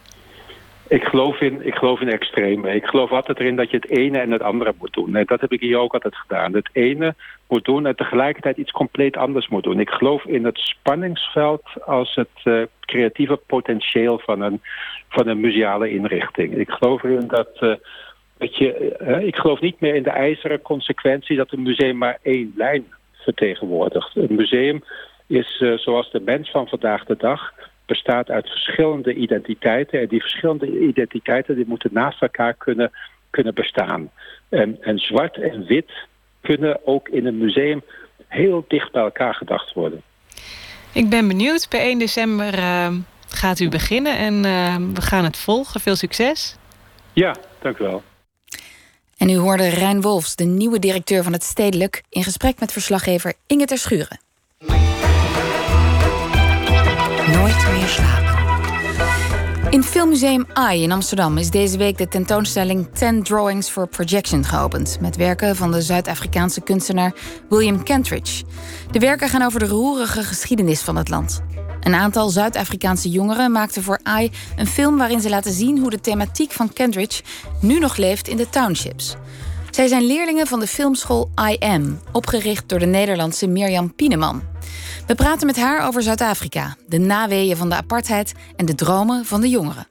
Ik geloof in, ik geloof in extreme. Ik geloof altijd erin dat je het ene en het andere moet doen. En dat heb ik hier ook altijd gedaan. Het ene moet doen en tegelijkertijd iets compleet anders moet doen. Ik geloof in het spanningsveld als het uh, creatieve potentieel van een, van een museale inrichting. Ik geloof erin dat... Uh, dat je, uh, ik geloof niet meer in de ijzeren consequentie dat een museum maar één lijn vertegenwoordigt. Een museum is uh, zoals de mens van vandaag de dag bestaat uit verschillende identiteiten. En die verschillende identiteiten die moeten naast elkaar kunnen, kunnen bestaan. En, en zwart en wit kunnen ook in een museum heel dicht bij elkaar gedacht worden. Ik ben benieuwd. Per één december uh, gaat u beginnen en uh, we gaan het volgen. Veel succes. Ja, dank u wel. En u hoorde Rijn Wolfs, de nieuwe directeur van het Stedelijk, in gesprek met verslaggever Inge ter Schuren. Nooit meer slapen. In Filmmuseum AI in Amsterdam is deze week de tentoonstelling ten Drawings for Projection geopend, met werken van de Zuid-Afrikaanse kunstenaar William Kentridge. De werken gaan over de roerige geschiedenis van het land. Een aantal Zuid-Afrikaanse jongeren maakten voor AI een film waarin ze laten zien hoe de thematiek van Kentridge nu nog leeft in de townships. Zij zijn leerlingen van de filmschool I Am, opgericht door de Nederlandse Mirjam Pieneman. We praten met haar over Zuid-Afrika, de naweeën van de apartheid en de dromen van de jongeren.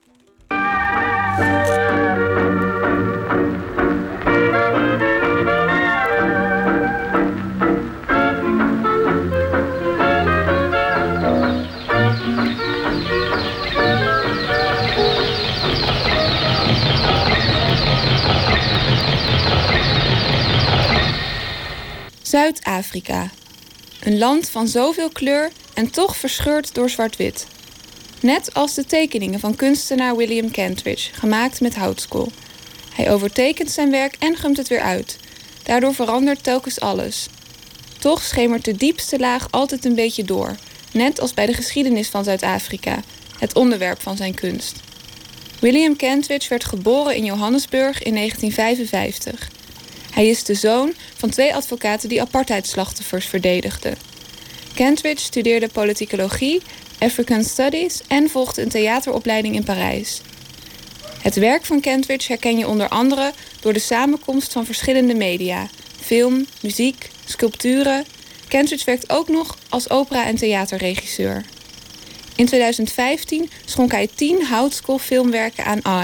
Zuid-Afrika. Een land van zoveel kleur en toch verscheurd door zwart-wit. Net als de tekeningen van kunstenaar William Kentridge, gemaakt met houtskool. Hij overtekent zijn werk en gumt het weer uit. Daardoor verandert telkens alles. Toch schemert de diepste laag altijd een beetje door. Net als bij de geschiedenis van Zuid-Afrika, het onderwerp van zijn kunst. William Kentridge werd geboren in Johannesburg in negentien vijfenvijftig. Hij is de zoon van twee advocaten die apartheidslachtoffers verdedigden. Kentridge studeerde politicologie, African Studies en volgde een theateropleiding in Parijs. Het werk van Kentridge herken je onder andere door de samenkomst van verschillende media: film, muziek, sculpturen. Kentridge werkt ook nog als opera- en theaterregisseur. In tweeduizend vijftien schonk hij tien houtskool filmwerken aan AI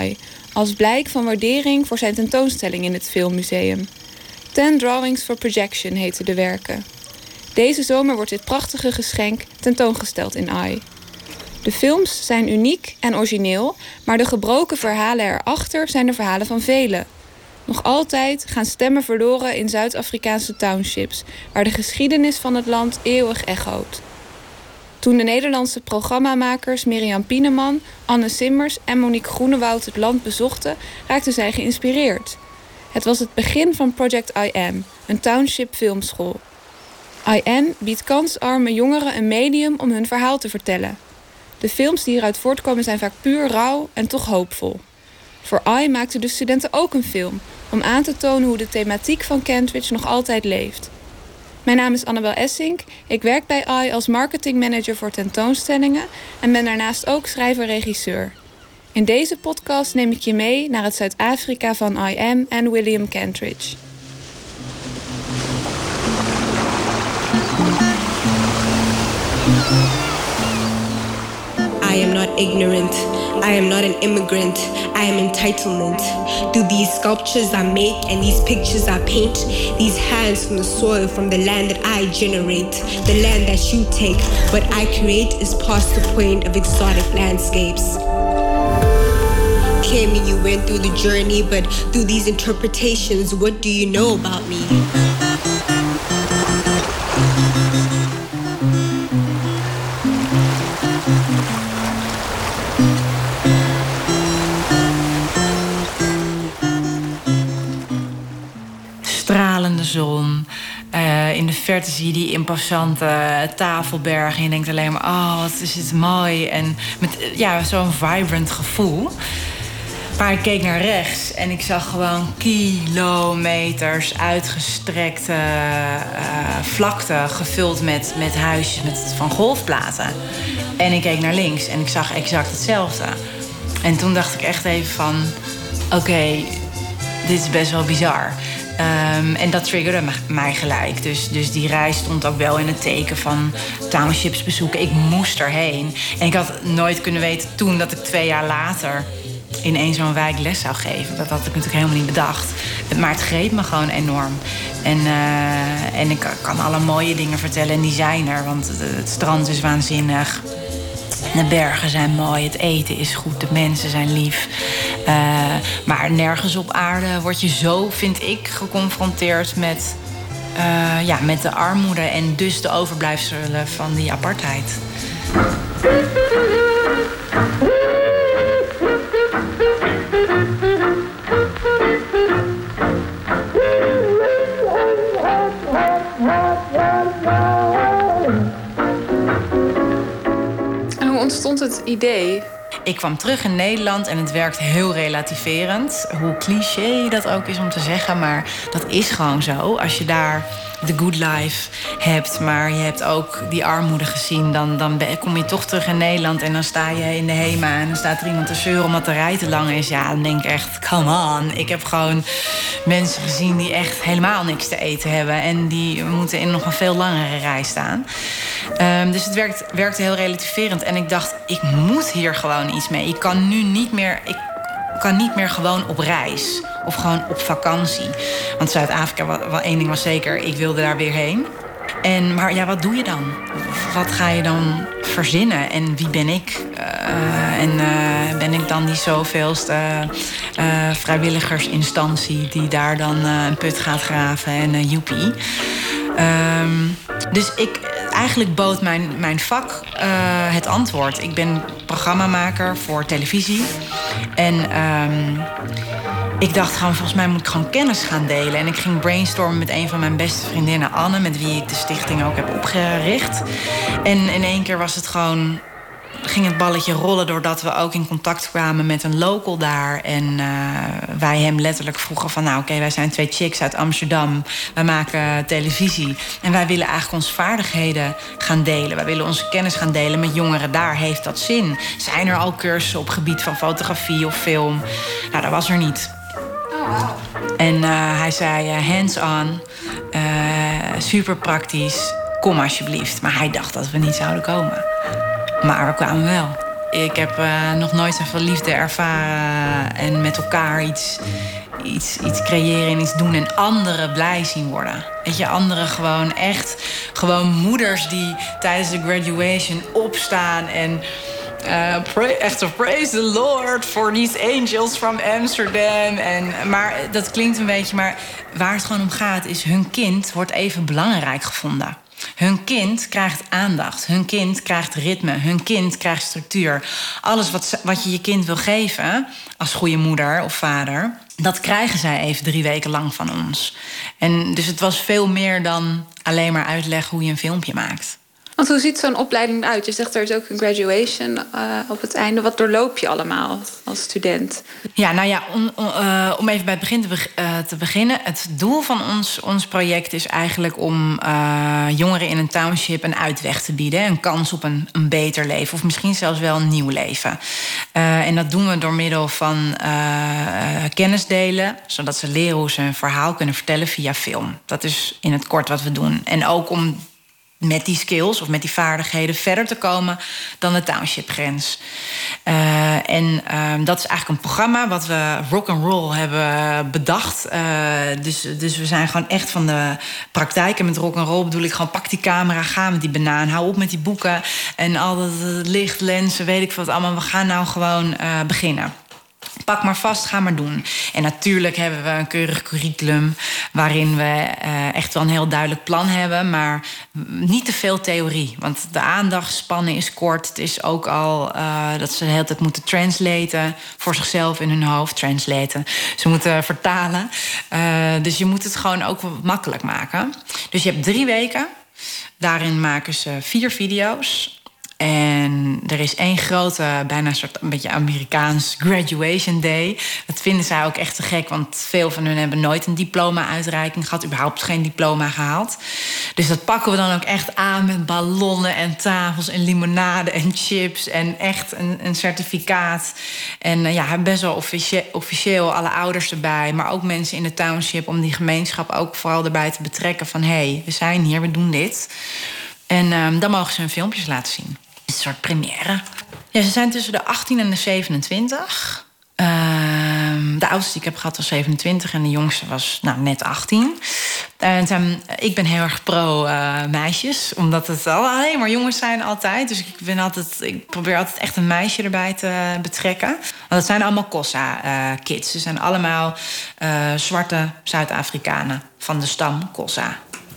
als blijk van waardering voor zijn tentoonstelling in het Filmmuseum. Ten Drawings for Projection heten de werken. Deze zomer wordt dit prachtige geschenk tentoongesteld in Ai. De films zijn uniek en origineel, maar de gebroken verhalen erachter zijn de verhalen van velen. Nog altijd gaan stemmen verloren in Zuid-Afrikaanse townships, waar de geschiedenis van het land eeuwig echoot. Toen de Nederlandse programmamakers Mirjam Pieneman, Anne Simmers en Monique Groenewoud het land bezochten, raakten zij geïnspireerd. Het was het begin van Project I Am, een township filmschool. I Am biedt kansarme jongeren een medium om hun verhaal te vertellen. De films die hieruit voortkomen zijn vaak puur rauw en toch hoopvol. Voor I maakten de studenten ook een film, om aan te tonen hoe de thematiek van Kentridge nog altijd leeft. Mijn naam is Annabel Essink. Ik werk bij I als marketingmanager voor tentoonstellingen en ben daarnaast ook schrijver-regisseur. In deze podcast neem ik je mee naar het Zuid-Afrika van I Am en William Kentridge. I am not ignorant. I am not an immigrant. I am entitlement. Do these sculptures I make and these pictures I paint, these hands from the soil, from the land that I generate, the land that you take, what I create is past the point of exotic landscapes. Claiming you went through the journey, but through these interpretations, what do you know about me? Stralende zon. Uh, in de verte zie je die imposante tafelberg. En je denkt alleen maar, oh, wat is het mooi. En met ja, zo'n vibrant gevoel. Maar ik keek naar rechts en ik zag gewoon kilometers uitgestrekte uh, vlakte gevuld met, met huisjes met, van golfplaten. En ik keek naar links en ik zag exact hetzelfde. En toen dacht ik echt even van, oké, okay, dit is best wel bizar. Um, en dat triggerde mij gelijk. Dus, dus die reis stond ook wel in het teken van townships bezoeken. Ik moest erheen. En ik had nooit kunnen weten toen dat ik twee jaar later in één zo'n wijk les zou geven. Dat had ik natuurlijk helemaal niet bedacht. Maar het greep me gewoon enorm. En, uh, en ik kan alle mooie dingen vertellen en die zijn er. Want het, het strand is waanzinnig. De bergen zijn mooi, het eten is goed, de mensen zijn lief. Uh, maar nergens op aarde word je zo, vind ik, geconfronteerd met, uh, ja, met de armoede en dus de overblijfselen van die apartheid. Ontstond het idee? Ik kwam terug in Nederland en het werkt heel relativerend. Hoe cliché dat ook is om te zeggen, maar dat is gewoon zo. Als je daar the good life hebt, maar je hebt ook die armoede gezien, dan, dan kom je toch terug in Nederland en dan sta je in de HEMA en dan staat er iemand te zeuren omdat de rij te lang is. Ja, dan denk ik echt, come on. Ik heb gewoon mensen gezien die echt helemaal niks te eten hebben en die moeten in nog een veel langere rij staan. Um, dus het werkt, werkte heel relativerend en ik dacht, ik moet hier gewoon iets mee. Ik kan nu niet meer, ik kan niet meer gewoon op reis of gewoon op vakantie. Want Zuid-Afrika, wel één ding was zeker, ik wilde daar weer heen. En, maar ja, wat doe je dan? Wat ga je dan verzinnen? En wie ben ik? Uh, en uh, ben ik dan die zoveelste uh, vrijwilligersinstantie die daar dan uh, een put gaat graven en uh, joepie. Um, dus ik, eigenlijk bood mijn, mijn vak uh, het antwoord. Ik ben programmamaker voor televisie. En um, ik dacht gewoon, volgens mij moet ik gewoon kennis gaan delen. En ik ging brainstormen met een van mijn beste vriendinnen, Anne, met wie ik de stichting ook heb opgericht. En in één keer was het gewoon, ging het balletje rollen doordat we ook in contact kwamen met een local daar. En uh, wij hem letterlijk vroegen van, nou oké, okay, wij zijn twee chicks uit Amsterdam. Wij maken televisie. En wij willen eigenlijk onze vaardigheden gaan delen. Wij willen onze kennis gaan delen met jongeren daar. Heeft dat zin? Zijn er al cursussen op gebied van fotografie of film? Nou, dat was er niet. Oh, wow. En uh, hij zei, uh, hands-on, uh, super praktisch, kom alsjeblieft. Maar hij dacht dat we niet zouden komen. Maar we kwamen wel. Ik heb uh, nog nooit zoveel liefde ervaren en met elkaar iets, iets, iets creëren en iets doen en anderen blij zien worden. Weet je, anderen gewoon echt, gewoon moeders die tijdens de graduation opstaan en uh, pray, echt praise the Lord for these angels from Amsterdam. En, maar dat klinkt een beetje, maar waar het gewoon om gaat is hun kind wordt even belangrijk gevonden. Hun kind krijgt aandacht, hun kind krijgt ritme, hun kind krijgt structuur. Alles wat, wat je je kind wil geven als goede moeder of vader, dat krijgen zij even drie weken lang van ons. En dus het was veel meer dan alleen maar uitleggen hoe je een filmpje maakt. Want hoe ziet zo'n opleiding eruit? Je zegt er is ook een graduation uh, op het einde. Wat doorloop je allemaal als student? Ja, nou ja, om, om, uh, om even bij het begin te, be- uh, te beginnen. Het doel van ons, ons project is eigenlijk om uh, jongeren in een township een uitweg te bieden. Een kans op een, een beter leven. Of misschien zelfs wel een nieuw leven. Uh, en dat doen we door middel van uh, kennis delen. Zodat ze leren hoe ze een verhaal kunnen vertellen via film. Dat is in het kort wat we doen. En ook om met die skills of met die vaardigheden verder te komen dan de townshipgrens. Uh, en uh, dat is eigenlijk een programma wat we rock and roll hebben bedacht. Uh, dus, dus we zijn gewoon echt van de praktijk. En met rock and roll bedoel ik gewoon pak die camera, ga met die banaan, hou op met die boeken en al dat licht, lenzen, weet ik veel wat allemaal. We gaan nou gewoon uh, beginnen. Pak maar vast, ga maar doen. En natuurlijk hebben we een keurig curriculum waarin we uh, echt wel een heel duidelijk plan hebben, maar niet te veel theorie. Want de aandachtspannen is kort. Het is ook al uh, dat ze de hele tijd moeten translaten voor zichzelf in hun hoofd. Translaten. Ze moeten vertalen. Uh, dus je moet het gewoon ook makkelijk maken. Dus je hebt drie weken. Daarin maken ze vier video's. En er is één grote, bijna een soort een beetje Amerikaans graduation day. Dat vinden zij ook echt te gek, want veel van hun hebben nooit een diploma-uitreiking gehad, überhaupt geen diploma gehaald. Dus dat pakken we dan ook echt aan met ballonnen en tafels en limonade en chips en echt een, een certificaat. En uh, ja, hebben best wel officie- officieel alle ouders erbij, maar ook mensen in de township om die gemeenschap ook vooral erbij te betrekken van hé, hey, we zijn hier, we doen dit. En um, dan mogen ze hun filmpjes laten zien. Een soort première. Ja, ze zijn tussen de achttien en de zevenentwintig. Uh, de oudste die ik heb gehad was zevenentwintig en de jongste was nou, net achttien. En um, ik ben heel erg pro uh, meisjes, omdat het al alleen maar jongens zijn altijd. Dus ik, ben altijd, ik probeer altijd echt een meisje erbij te betrekken. Want het zijn allemaal Xhosa-kids. Uh, Ze zijn allemaal uh, zwarte Zuid-Afrikanen van de stam Xhosa.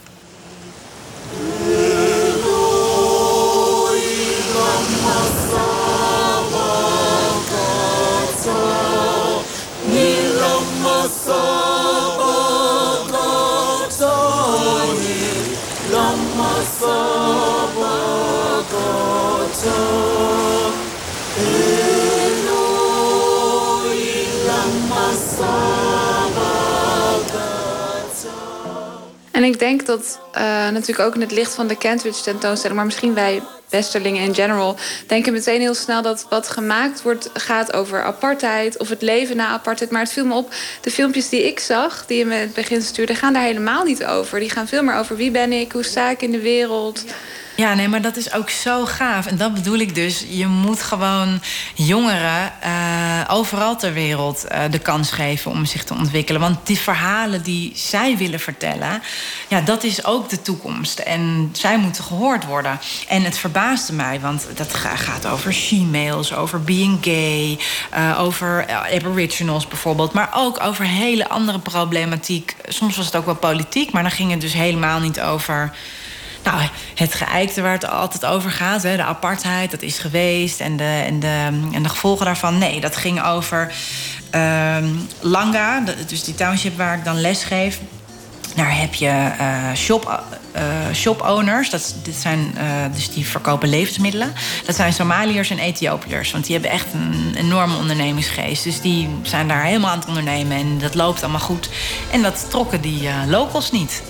En ik denk dat uh, natuurlijk ook in het licht van de Kentridge tentoonstelling, maar misschien wij Westerlingen in general denken meteen heel snel dat wat gemaakt wordt gaat over apartheid of het leven na apartheid. Maar het viel me op, de filmpjes die ik zag, die je me in het begin stuurde, gaan daar helemaal niet over. Die gaan veel meer over wie ben ik, hoe sta ik in de wereld. Ja, nee, maar dat is ook zo gaaf. En dat bedoel ik dus. Je moet gewoon jongeren uh, overal ter wereld uh, de kans geven om zich te ontwikkelen. Want die verhalen die zij willen vertellen, ja, dat is ook de toekomst. En zij moeten gehoord worden. En het verbaasde mij, want dat gaat over she-males, over being gay, uh, over aboriginals bijvoorbeeld. Maar ook over hele andere problematiek. Soms was het ook wel politiek, maar dan ging het dus helemaal niet over nou, het geijkte waar het altijd over gaat, hè, de apartheid, dat is geweest en de, en de, en de gevolgen daarvan. Nee, dat ging over uh, Langa, de, dus die township waar ik dan les geef. Daar heb je uh, shop, uh, shop owners, dat, dit zijn, uh, dus die verkopen levensmiddelen. Dat zijn Somaliërs en Ethiopiërs, want die hebben echt een enorme ondernemingsgeest. Dus die zijn daar helemaal aan het ondernemen en dat loopt allemaal goed. En dat trokken die uh, locals niet.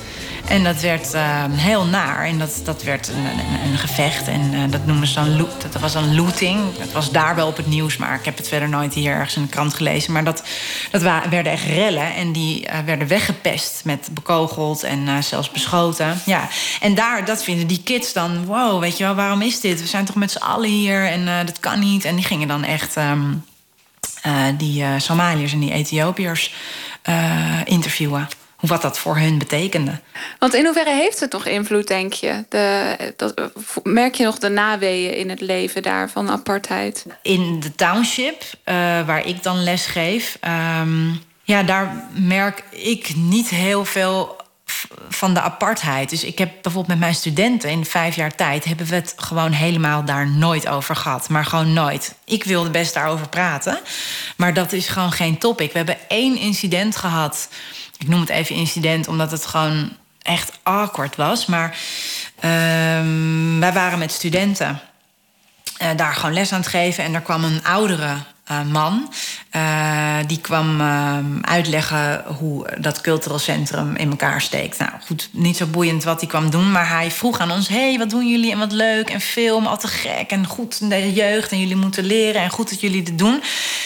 En dat werd uh, heel naar. En dat, dat werd een, een, een gevecht. En uh, dat noemen ze dan loot. Dat was dan looting. Dat was daar wel op het nieuws, maar ik heb het verder nooit hier ergens in de krant gelezen. Maar dat, dat werden echt rellen. En die uh, werden weggepest met bekogeld en uh, zelfs beschoten. Ja. En daar, dat vinden die kids dan, wow, weet je wel, waarom is dit? We zijn toch met z'n allen hier en uh, dat kan niet. En die gingen dan echt um, uh, die uh, Somaliërs en die Ethiopiërs uh, interviewen. Wat dat voor hun betekende. Want in hoeverre heeft het nog invloed, denk je? De, dat, merk je nog de naweeën in het leven daar van apartheid? In de township, uh, waar ik dan les geef, um, ja, daar merk ik niet heel veel van de apartheid. Dus ik heb bijvoorbeeld met mijn studenten in vijf jaar tijd hebben we het gewoon helemaal daar nooit over gehad. Maar gewoon nooit. Ik wilde best daarover praten, maar dat is gewoon geen topic. We hebben één incident gehad. Ik noem het even incident, omdat het gewoon echt awkward was. Maar uh, wij waren met studenten uh, daar gewoon les aan het geven. En er kwam een oudere uh, man. Uh, die kwam uh, uitleggen hoe dat cultureel centrum in elkaar steekt. Nou goed, niet zo boeiend wat hij kwam doen. Maar hij vroeg aan ons, hey, wat doen jullie en wat leuk en film, al te gek en goed de jeugd en jullie moeten leren en goed dat jullie dit doen.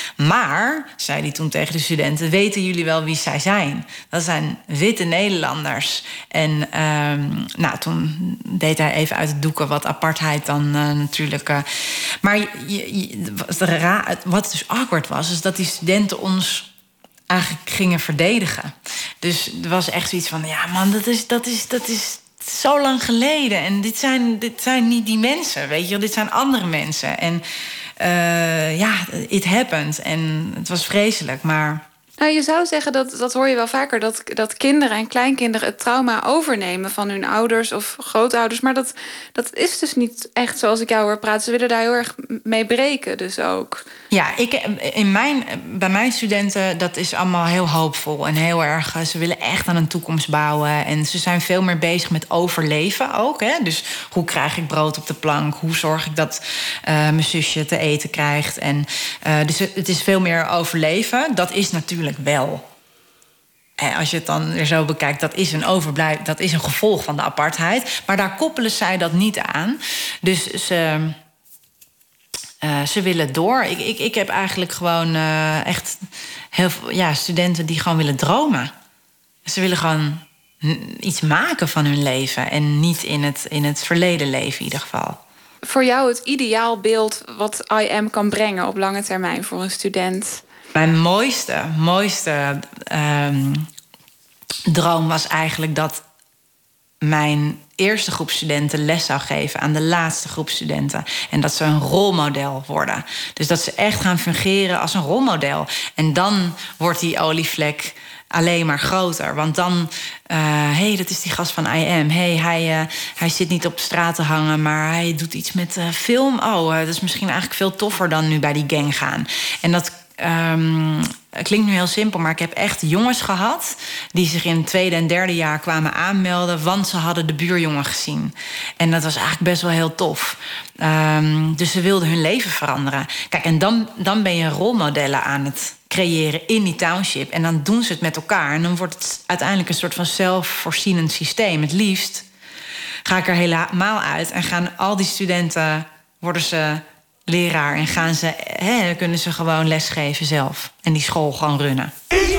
Maar, zei hij toen tegen de studenten, weten jullie wel wie zij zijn? Dat zijn witte Nederlanders. En um, nou, toen deed hij even uit het doeken wat apartheid dan uh, natuurlijk. Uh, maar je, je, wat dus awkward was, is dat die studenten ons eigenlijk gingen verdedigen. Dus er was echt zoiets van, ja man, dat is, dat is, dat is zo lang geleden. En dit zijn, dit zijn niet die mensen, weet je, dit zijn andere mensen. En uh, ja, it happened. En het was vreselijk, maar... Nou, je zou zeggen, dat, dat hoor je wel vaker, dat, dat kinderen en kleinkinderen het trauma overnemen van hun ouders of grootouders. Maar dat, dat is dus niet echt zoals ik jou hoor praten. Ze willen daar heel erg mee breken, dus ook. Ja, ik, in mijn, bij mijn studenten, dat is allemaal heel hoopvol en heel erg. Ze willen echt aan een toekomst bouwen. En ze zijn veel meer bezig met overleven ook. Hè? Dus hoe krijg ik brood op de plank? Hoe zorg ik dat uh, mijn zusje te eten krijgt? En, uh, dus het is veel meer overleven. Dat is natuurlijk wel. En als je het dan weer zo bekijkt, dat is een overblijf, dat is een gevolg van de apartheid. Maar daar koppelen zij dat niet aan. Dus ze, uh, ze willen door. Ik, ik, ik heb eigenlijk gewoon uh, echt heel veel ja, studenten die gewoon willen dromen. Ze willen gewoon iets maken van hun leven en niet in het, in het verleden leven in ieder geval. Voor jou het ideaalbeeld wat I Am kan brengen op lange termijn voor een student? Mijn mooiste, mooiste um, droom was eigenlijk dat mijn eerste groep studenten les zou geven aan de laatste groep studenten. En dat ze een rolmodel worden. Dus dat ze echt gaan fungeren als een rolmodel. En dan wordt die olievlek alleen maar groter. Want dan, hé, uh, hey, dat is die gast van I Am. Hey, hij, uh, hij zit niet op de straat te hangen, maar hij doet iets met uh, film. Oh, uh, dat is misschien eigenlijk veel toffer dan nu bij die gang gaan. En dat Um, het klinkt nu heel simpel, maar ik heb echt jongens gehad die zich in het tweede en derde jaar kwamen aanmelden, want ze hadden de buurjongen gezien. En dat was eigenlijk best wel heel tof. Um, dus ze wilden hun leven veranderen. Kijk, en dan, dan ben je rolmodellen aan het creëren in die township. En dan doen ze het met elkaar. En dan wordt het uiteindelijk een soort van zelfvoorzienend systeem. Het liefst ga ik er helemaal uit en gaan al die studenten, worden ze leraar en gaan ze, hè, kunnen ze gewoon lesgeven zelf. En die school gewoon runnen.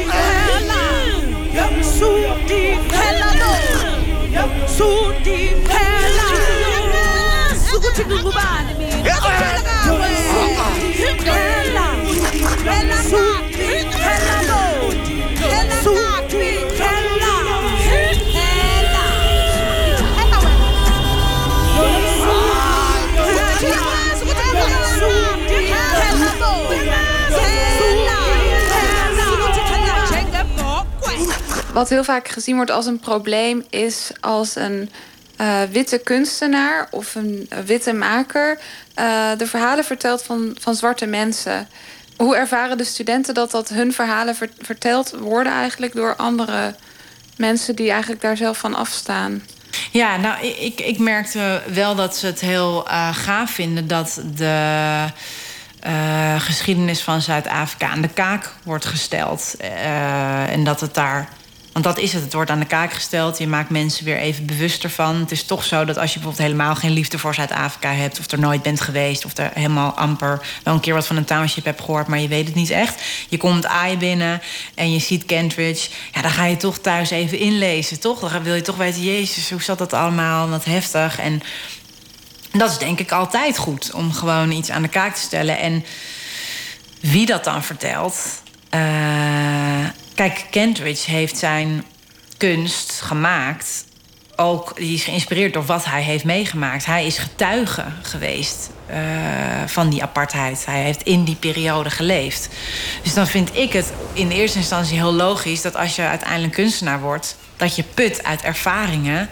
Wat heel vaak gezien wordt als een probleem is als een uh, witte kunstenaar of een uh, witte maker uh, de verhalen vertelt van, van zwarte mensen. Hoe ervaren de studenten dat dat hun verhalen ver, verteld worden eigenlijk door andere mensen die eigenlijk daar zelf van afstaan? Ja, nou, ik, ik merkte wel dat ze het heel uh, gaaf vinden dat de uh, geschiedenis van Zuid-Afrika aan de kaak wordt gesteld. Uh, en dat het daar... Want dat is het. Het wordt aan de kaak gesteld. Je maakt mensen weer even bewust ervan. Het is toch zo dat als je bijvoorbeeld helemaal geen liefde voor Zuid-Afrika hebt, of er nooit bent geweest, of er helemaal amper wel een keer wat van een township hebt gehoord, maar je weet het niet echt. Je komt Ai binnen en je ziet Kentridge. Ja, dan ga je toch thuis even inlezen, toch? Dan wil je toch weten, jezus, hoe zat dat allemaal? Wat heftig. En dat is denk ik altijd goed, om gewoon iets aan de kaak te stellen. En wie dat dan vertelt. Uh, kijk, Kentridge heeft zijn kunst gemaakt. Ook, die is geïnspireerd door wat hij heeft meegemaakt. Hij is getuige geweest uh, van die apartheid. Hij heeft in die periode geleefd. Dus dan vind ik het in eerste instantie heel logisch dat als je uiteindelijk kunstenaar wordt, dat je put uit ervaringen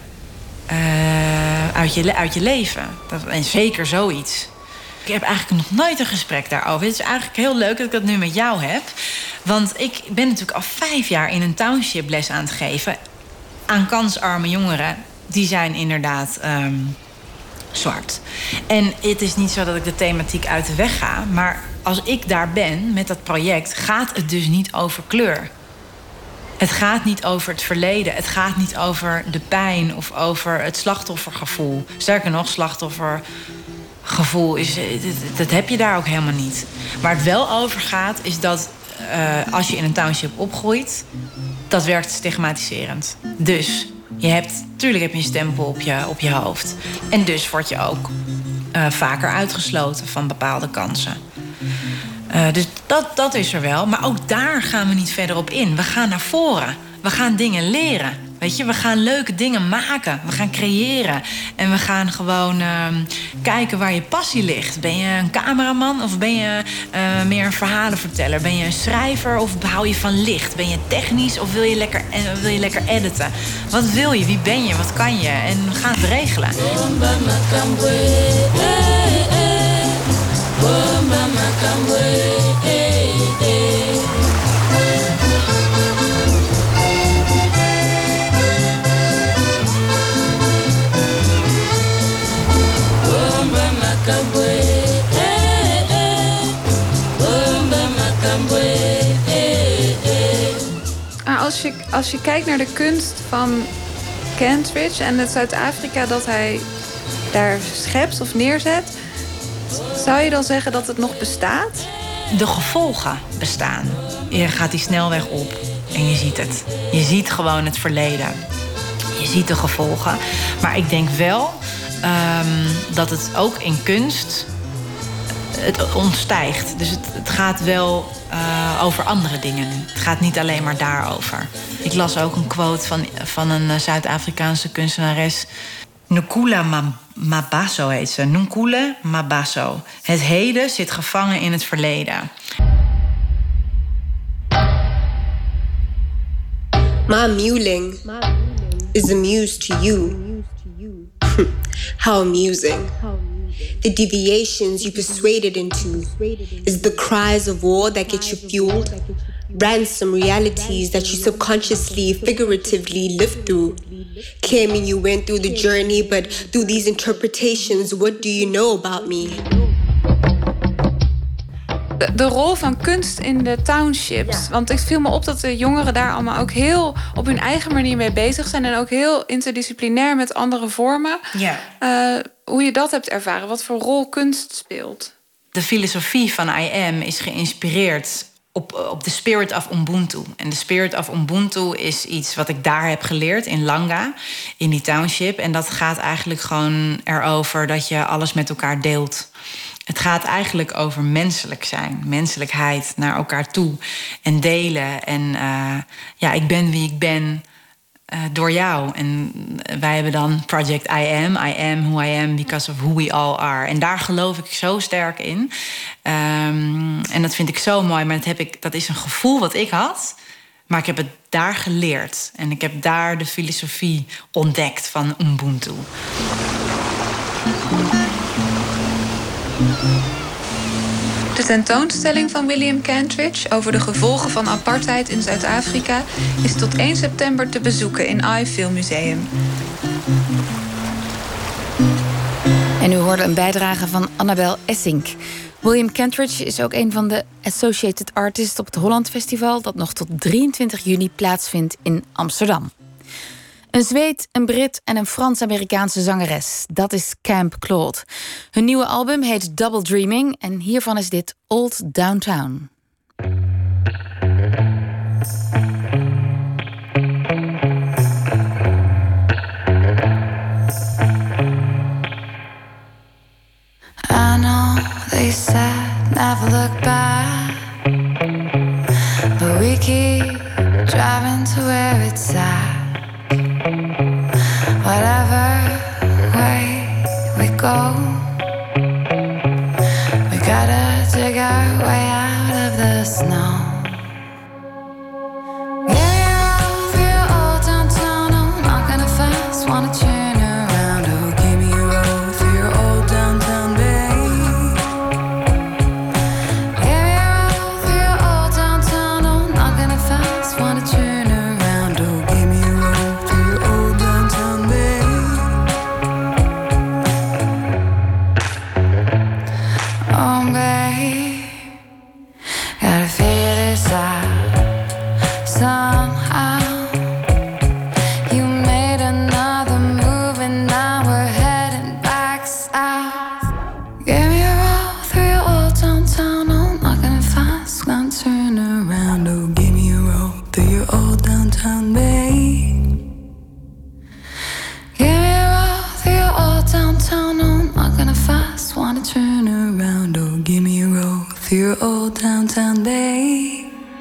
uh, uit, je, uit je leven. Dat, en zeker zoiets. Ik heb eigenlijk nog nooit een gesprek daarover. Het is eigenlijk heel leuk dat ik dat nu met jou heb. Want ik ben natuurlijk al vijf jaar in een township les aan het geven aan kansarme jongeren. Die zijn inderdaad um, zwart. En het is niet zo dat ik de thematiek uit de weg ga. Maar als ik daar ben met dat project, gaat het dus niet over kleur. Het gaat niet over het verleden. Het gaat niet over de pijn of over het slachtoffergevoel. Sterker nog, slachtoffergevoel is, dat heb je daar ook helemaal niet. Waar het wel over gaat, is dat uh, als je in een township opgroeit, dat werkt stigmatiserend. Dus je hebt, tuurlijk heb je een stempel op je, op je hoofd. En dus word je ook uh, vaker uitgesloten van bepaalde kansen. Uh, dus dat, dat is er wel. Maar ook daar gaan we niet verder op in. We gaan naar voren. We gaan dingen leren. Weet je, we gaan leuke dingen maken. We gaan creëren. En we gaan gewoon uh, kijken waar je passie ligt. Ben je een cameraman of ben je uh, meer een verhalenverteller? Ben je een schrijver of hou je van licht? Ben je technisch of wil je lekker, uh, wil je lekker editen? Wat wil je? Wie ben je? Wat kan je? En we gaan het regelen. Als je, als je kijkt naar de kunst van Kentridge en het Zuid-Afrika dat hij daar schept of neerzet, zou je dan zeggen dat het nog bestaat? De gevolgen bestaan. Je gaat die snelweg op en je ziet het. Je ziet gewoon het verleden. Je ziet de gevolgen. Maar ik denk wel um, dat het ook in kunst het ontstijgt. Dus het, het gaat wel uh, over andere dingen. Het gaat niet alleen maar daarover. Ik las ook een quote van, van een Zuid-Afrikaanse kunstenares. Nkula Mabaso heet ze. Nkula Mabaso. Het heden zit gevangen in het verleden. My mewling is a muse to you. How amusing. The deviations you persuaded into is the cries of war that get you fueled. Ransom realities that you subconsciously, figuratively live through. Claiming you went through the journey, but through these interpretations, what do you know about me? De, de rol van kunst in de townships. Ja. Want het viel me op dat de jongeren daar allemaal ook heel op hun eigen manier mee bezig zijn. En ook heel interdisciplinair met andere vormen. Ja. Uh, hoe je dat hebt ervaren, wat voor rol kunst speelt. De filosofie van I Am is geïnspireerd op, op de spirit of Ubuntu. En de spirit of Ubuntu is iets wat ik daar heb geleerd in Langa, in die township. En dat gaat eigenlijk gewoon erover dat je alles met elkaar deelt. Het gaat eigenlijk over menselijk zijn, menselijkheid naar elkaar toe en delen. En uh, ja, ik ben wie ik ben uh, door jou. En wij hebben dan Project I Am. I am who I am because of who we all are. En daar geloof ik zo sterk in. Um, en dat vind ik zo mooi. Maar dat, heb ik, dat is een gevoel wat ik had. Maar ik heb het daar geleerd. En ik heb daar de filosofie ontdekt van Ubuntu. De tentoonstelling van William Kentridge over de gevolgen van apartheid in Zuid-Afrika is tot één september te bezoeken in I Film Museum. En u hoorde een bijdrage van Annabel Essink William Kentridge is ook een van de Associated Artists op het Holland Festival, dat nog tot drieëntwintig juni plaatsvindt in Amsterdam. Een Zweed, een Brit en een Frans-Amerikaanse zangeres. Dat is Camp Claude. Hun nieuwe album heet Double Dreaming en hiervan is dit Old Downtown. I know they said never look back, but we keep driving to where it's at. Whatever way we go, we gotta dig our way out of the snow. Wanna turn around, oh, give me a road through your old downtown bay. Give me a road through your old downtown, oh, not gonna fast. Wanna turn around, oh, give me a road through your old downtown bay. Oh, babe, gotta figure this out somehow. Turn around, oh, give me a road through your old downtown bay. Give me a road through your old downtown, oh, not gonna fast. Wanna turn around, oh, give me a road through your old downtown bay.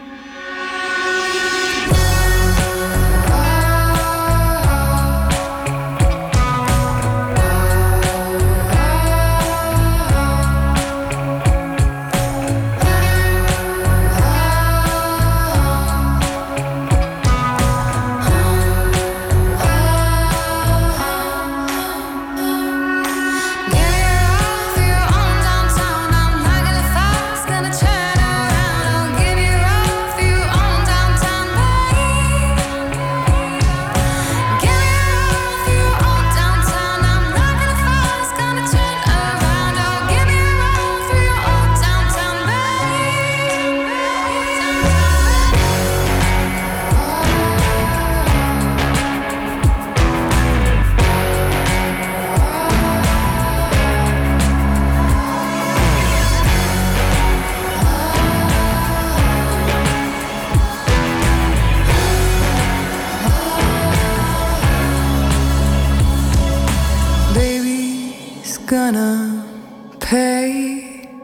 Gonna pay,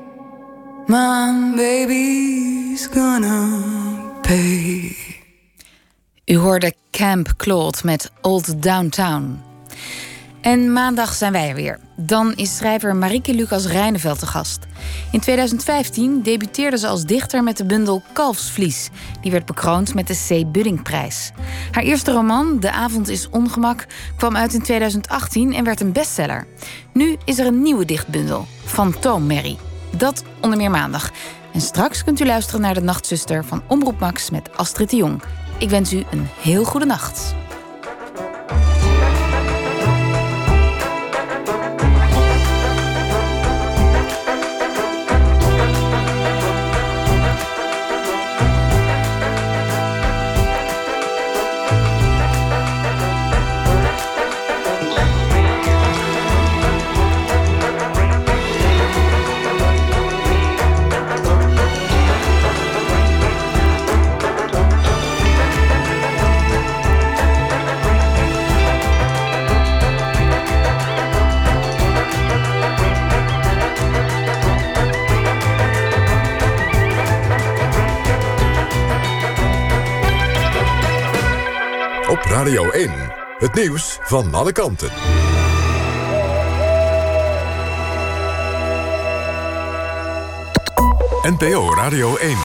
my baby's gonna pay. U hoorde Camp Claude met Old Downtown. En maandag zijn wij er weer. Dan is schrijver Marieke Lucas Rijneveld te gast. In tweeduizend vijftien debuteerde ze als dichter met de bundel Kalfsvlies. Die werd bekroond met de C. Buddingprijs. Haar eerste roman, De avond is ongemak, kwam uit in tweeduizend achttien en werd een bestseller. Nu is er een nieuwe dichtbundel, Fantoommerrie. Dat onder meer maandag. En straks kunt u luisteren naar de Nachtzuster van Omroep Max met Astrid de Jong. Ik wens u een heel goede nacht. Radio één, het nieuws van alle kanten. N P O Radio één.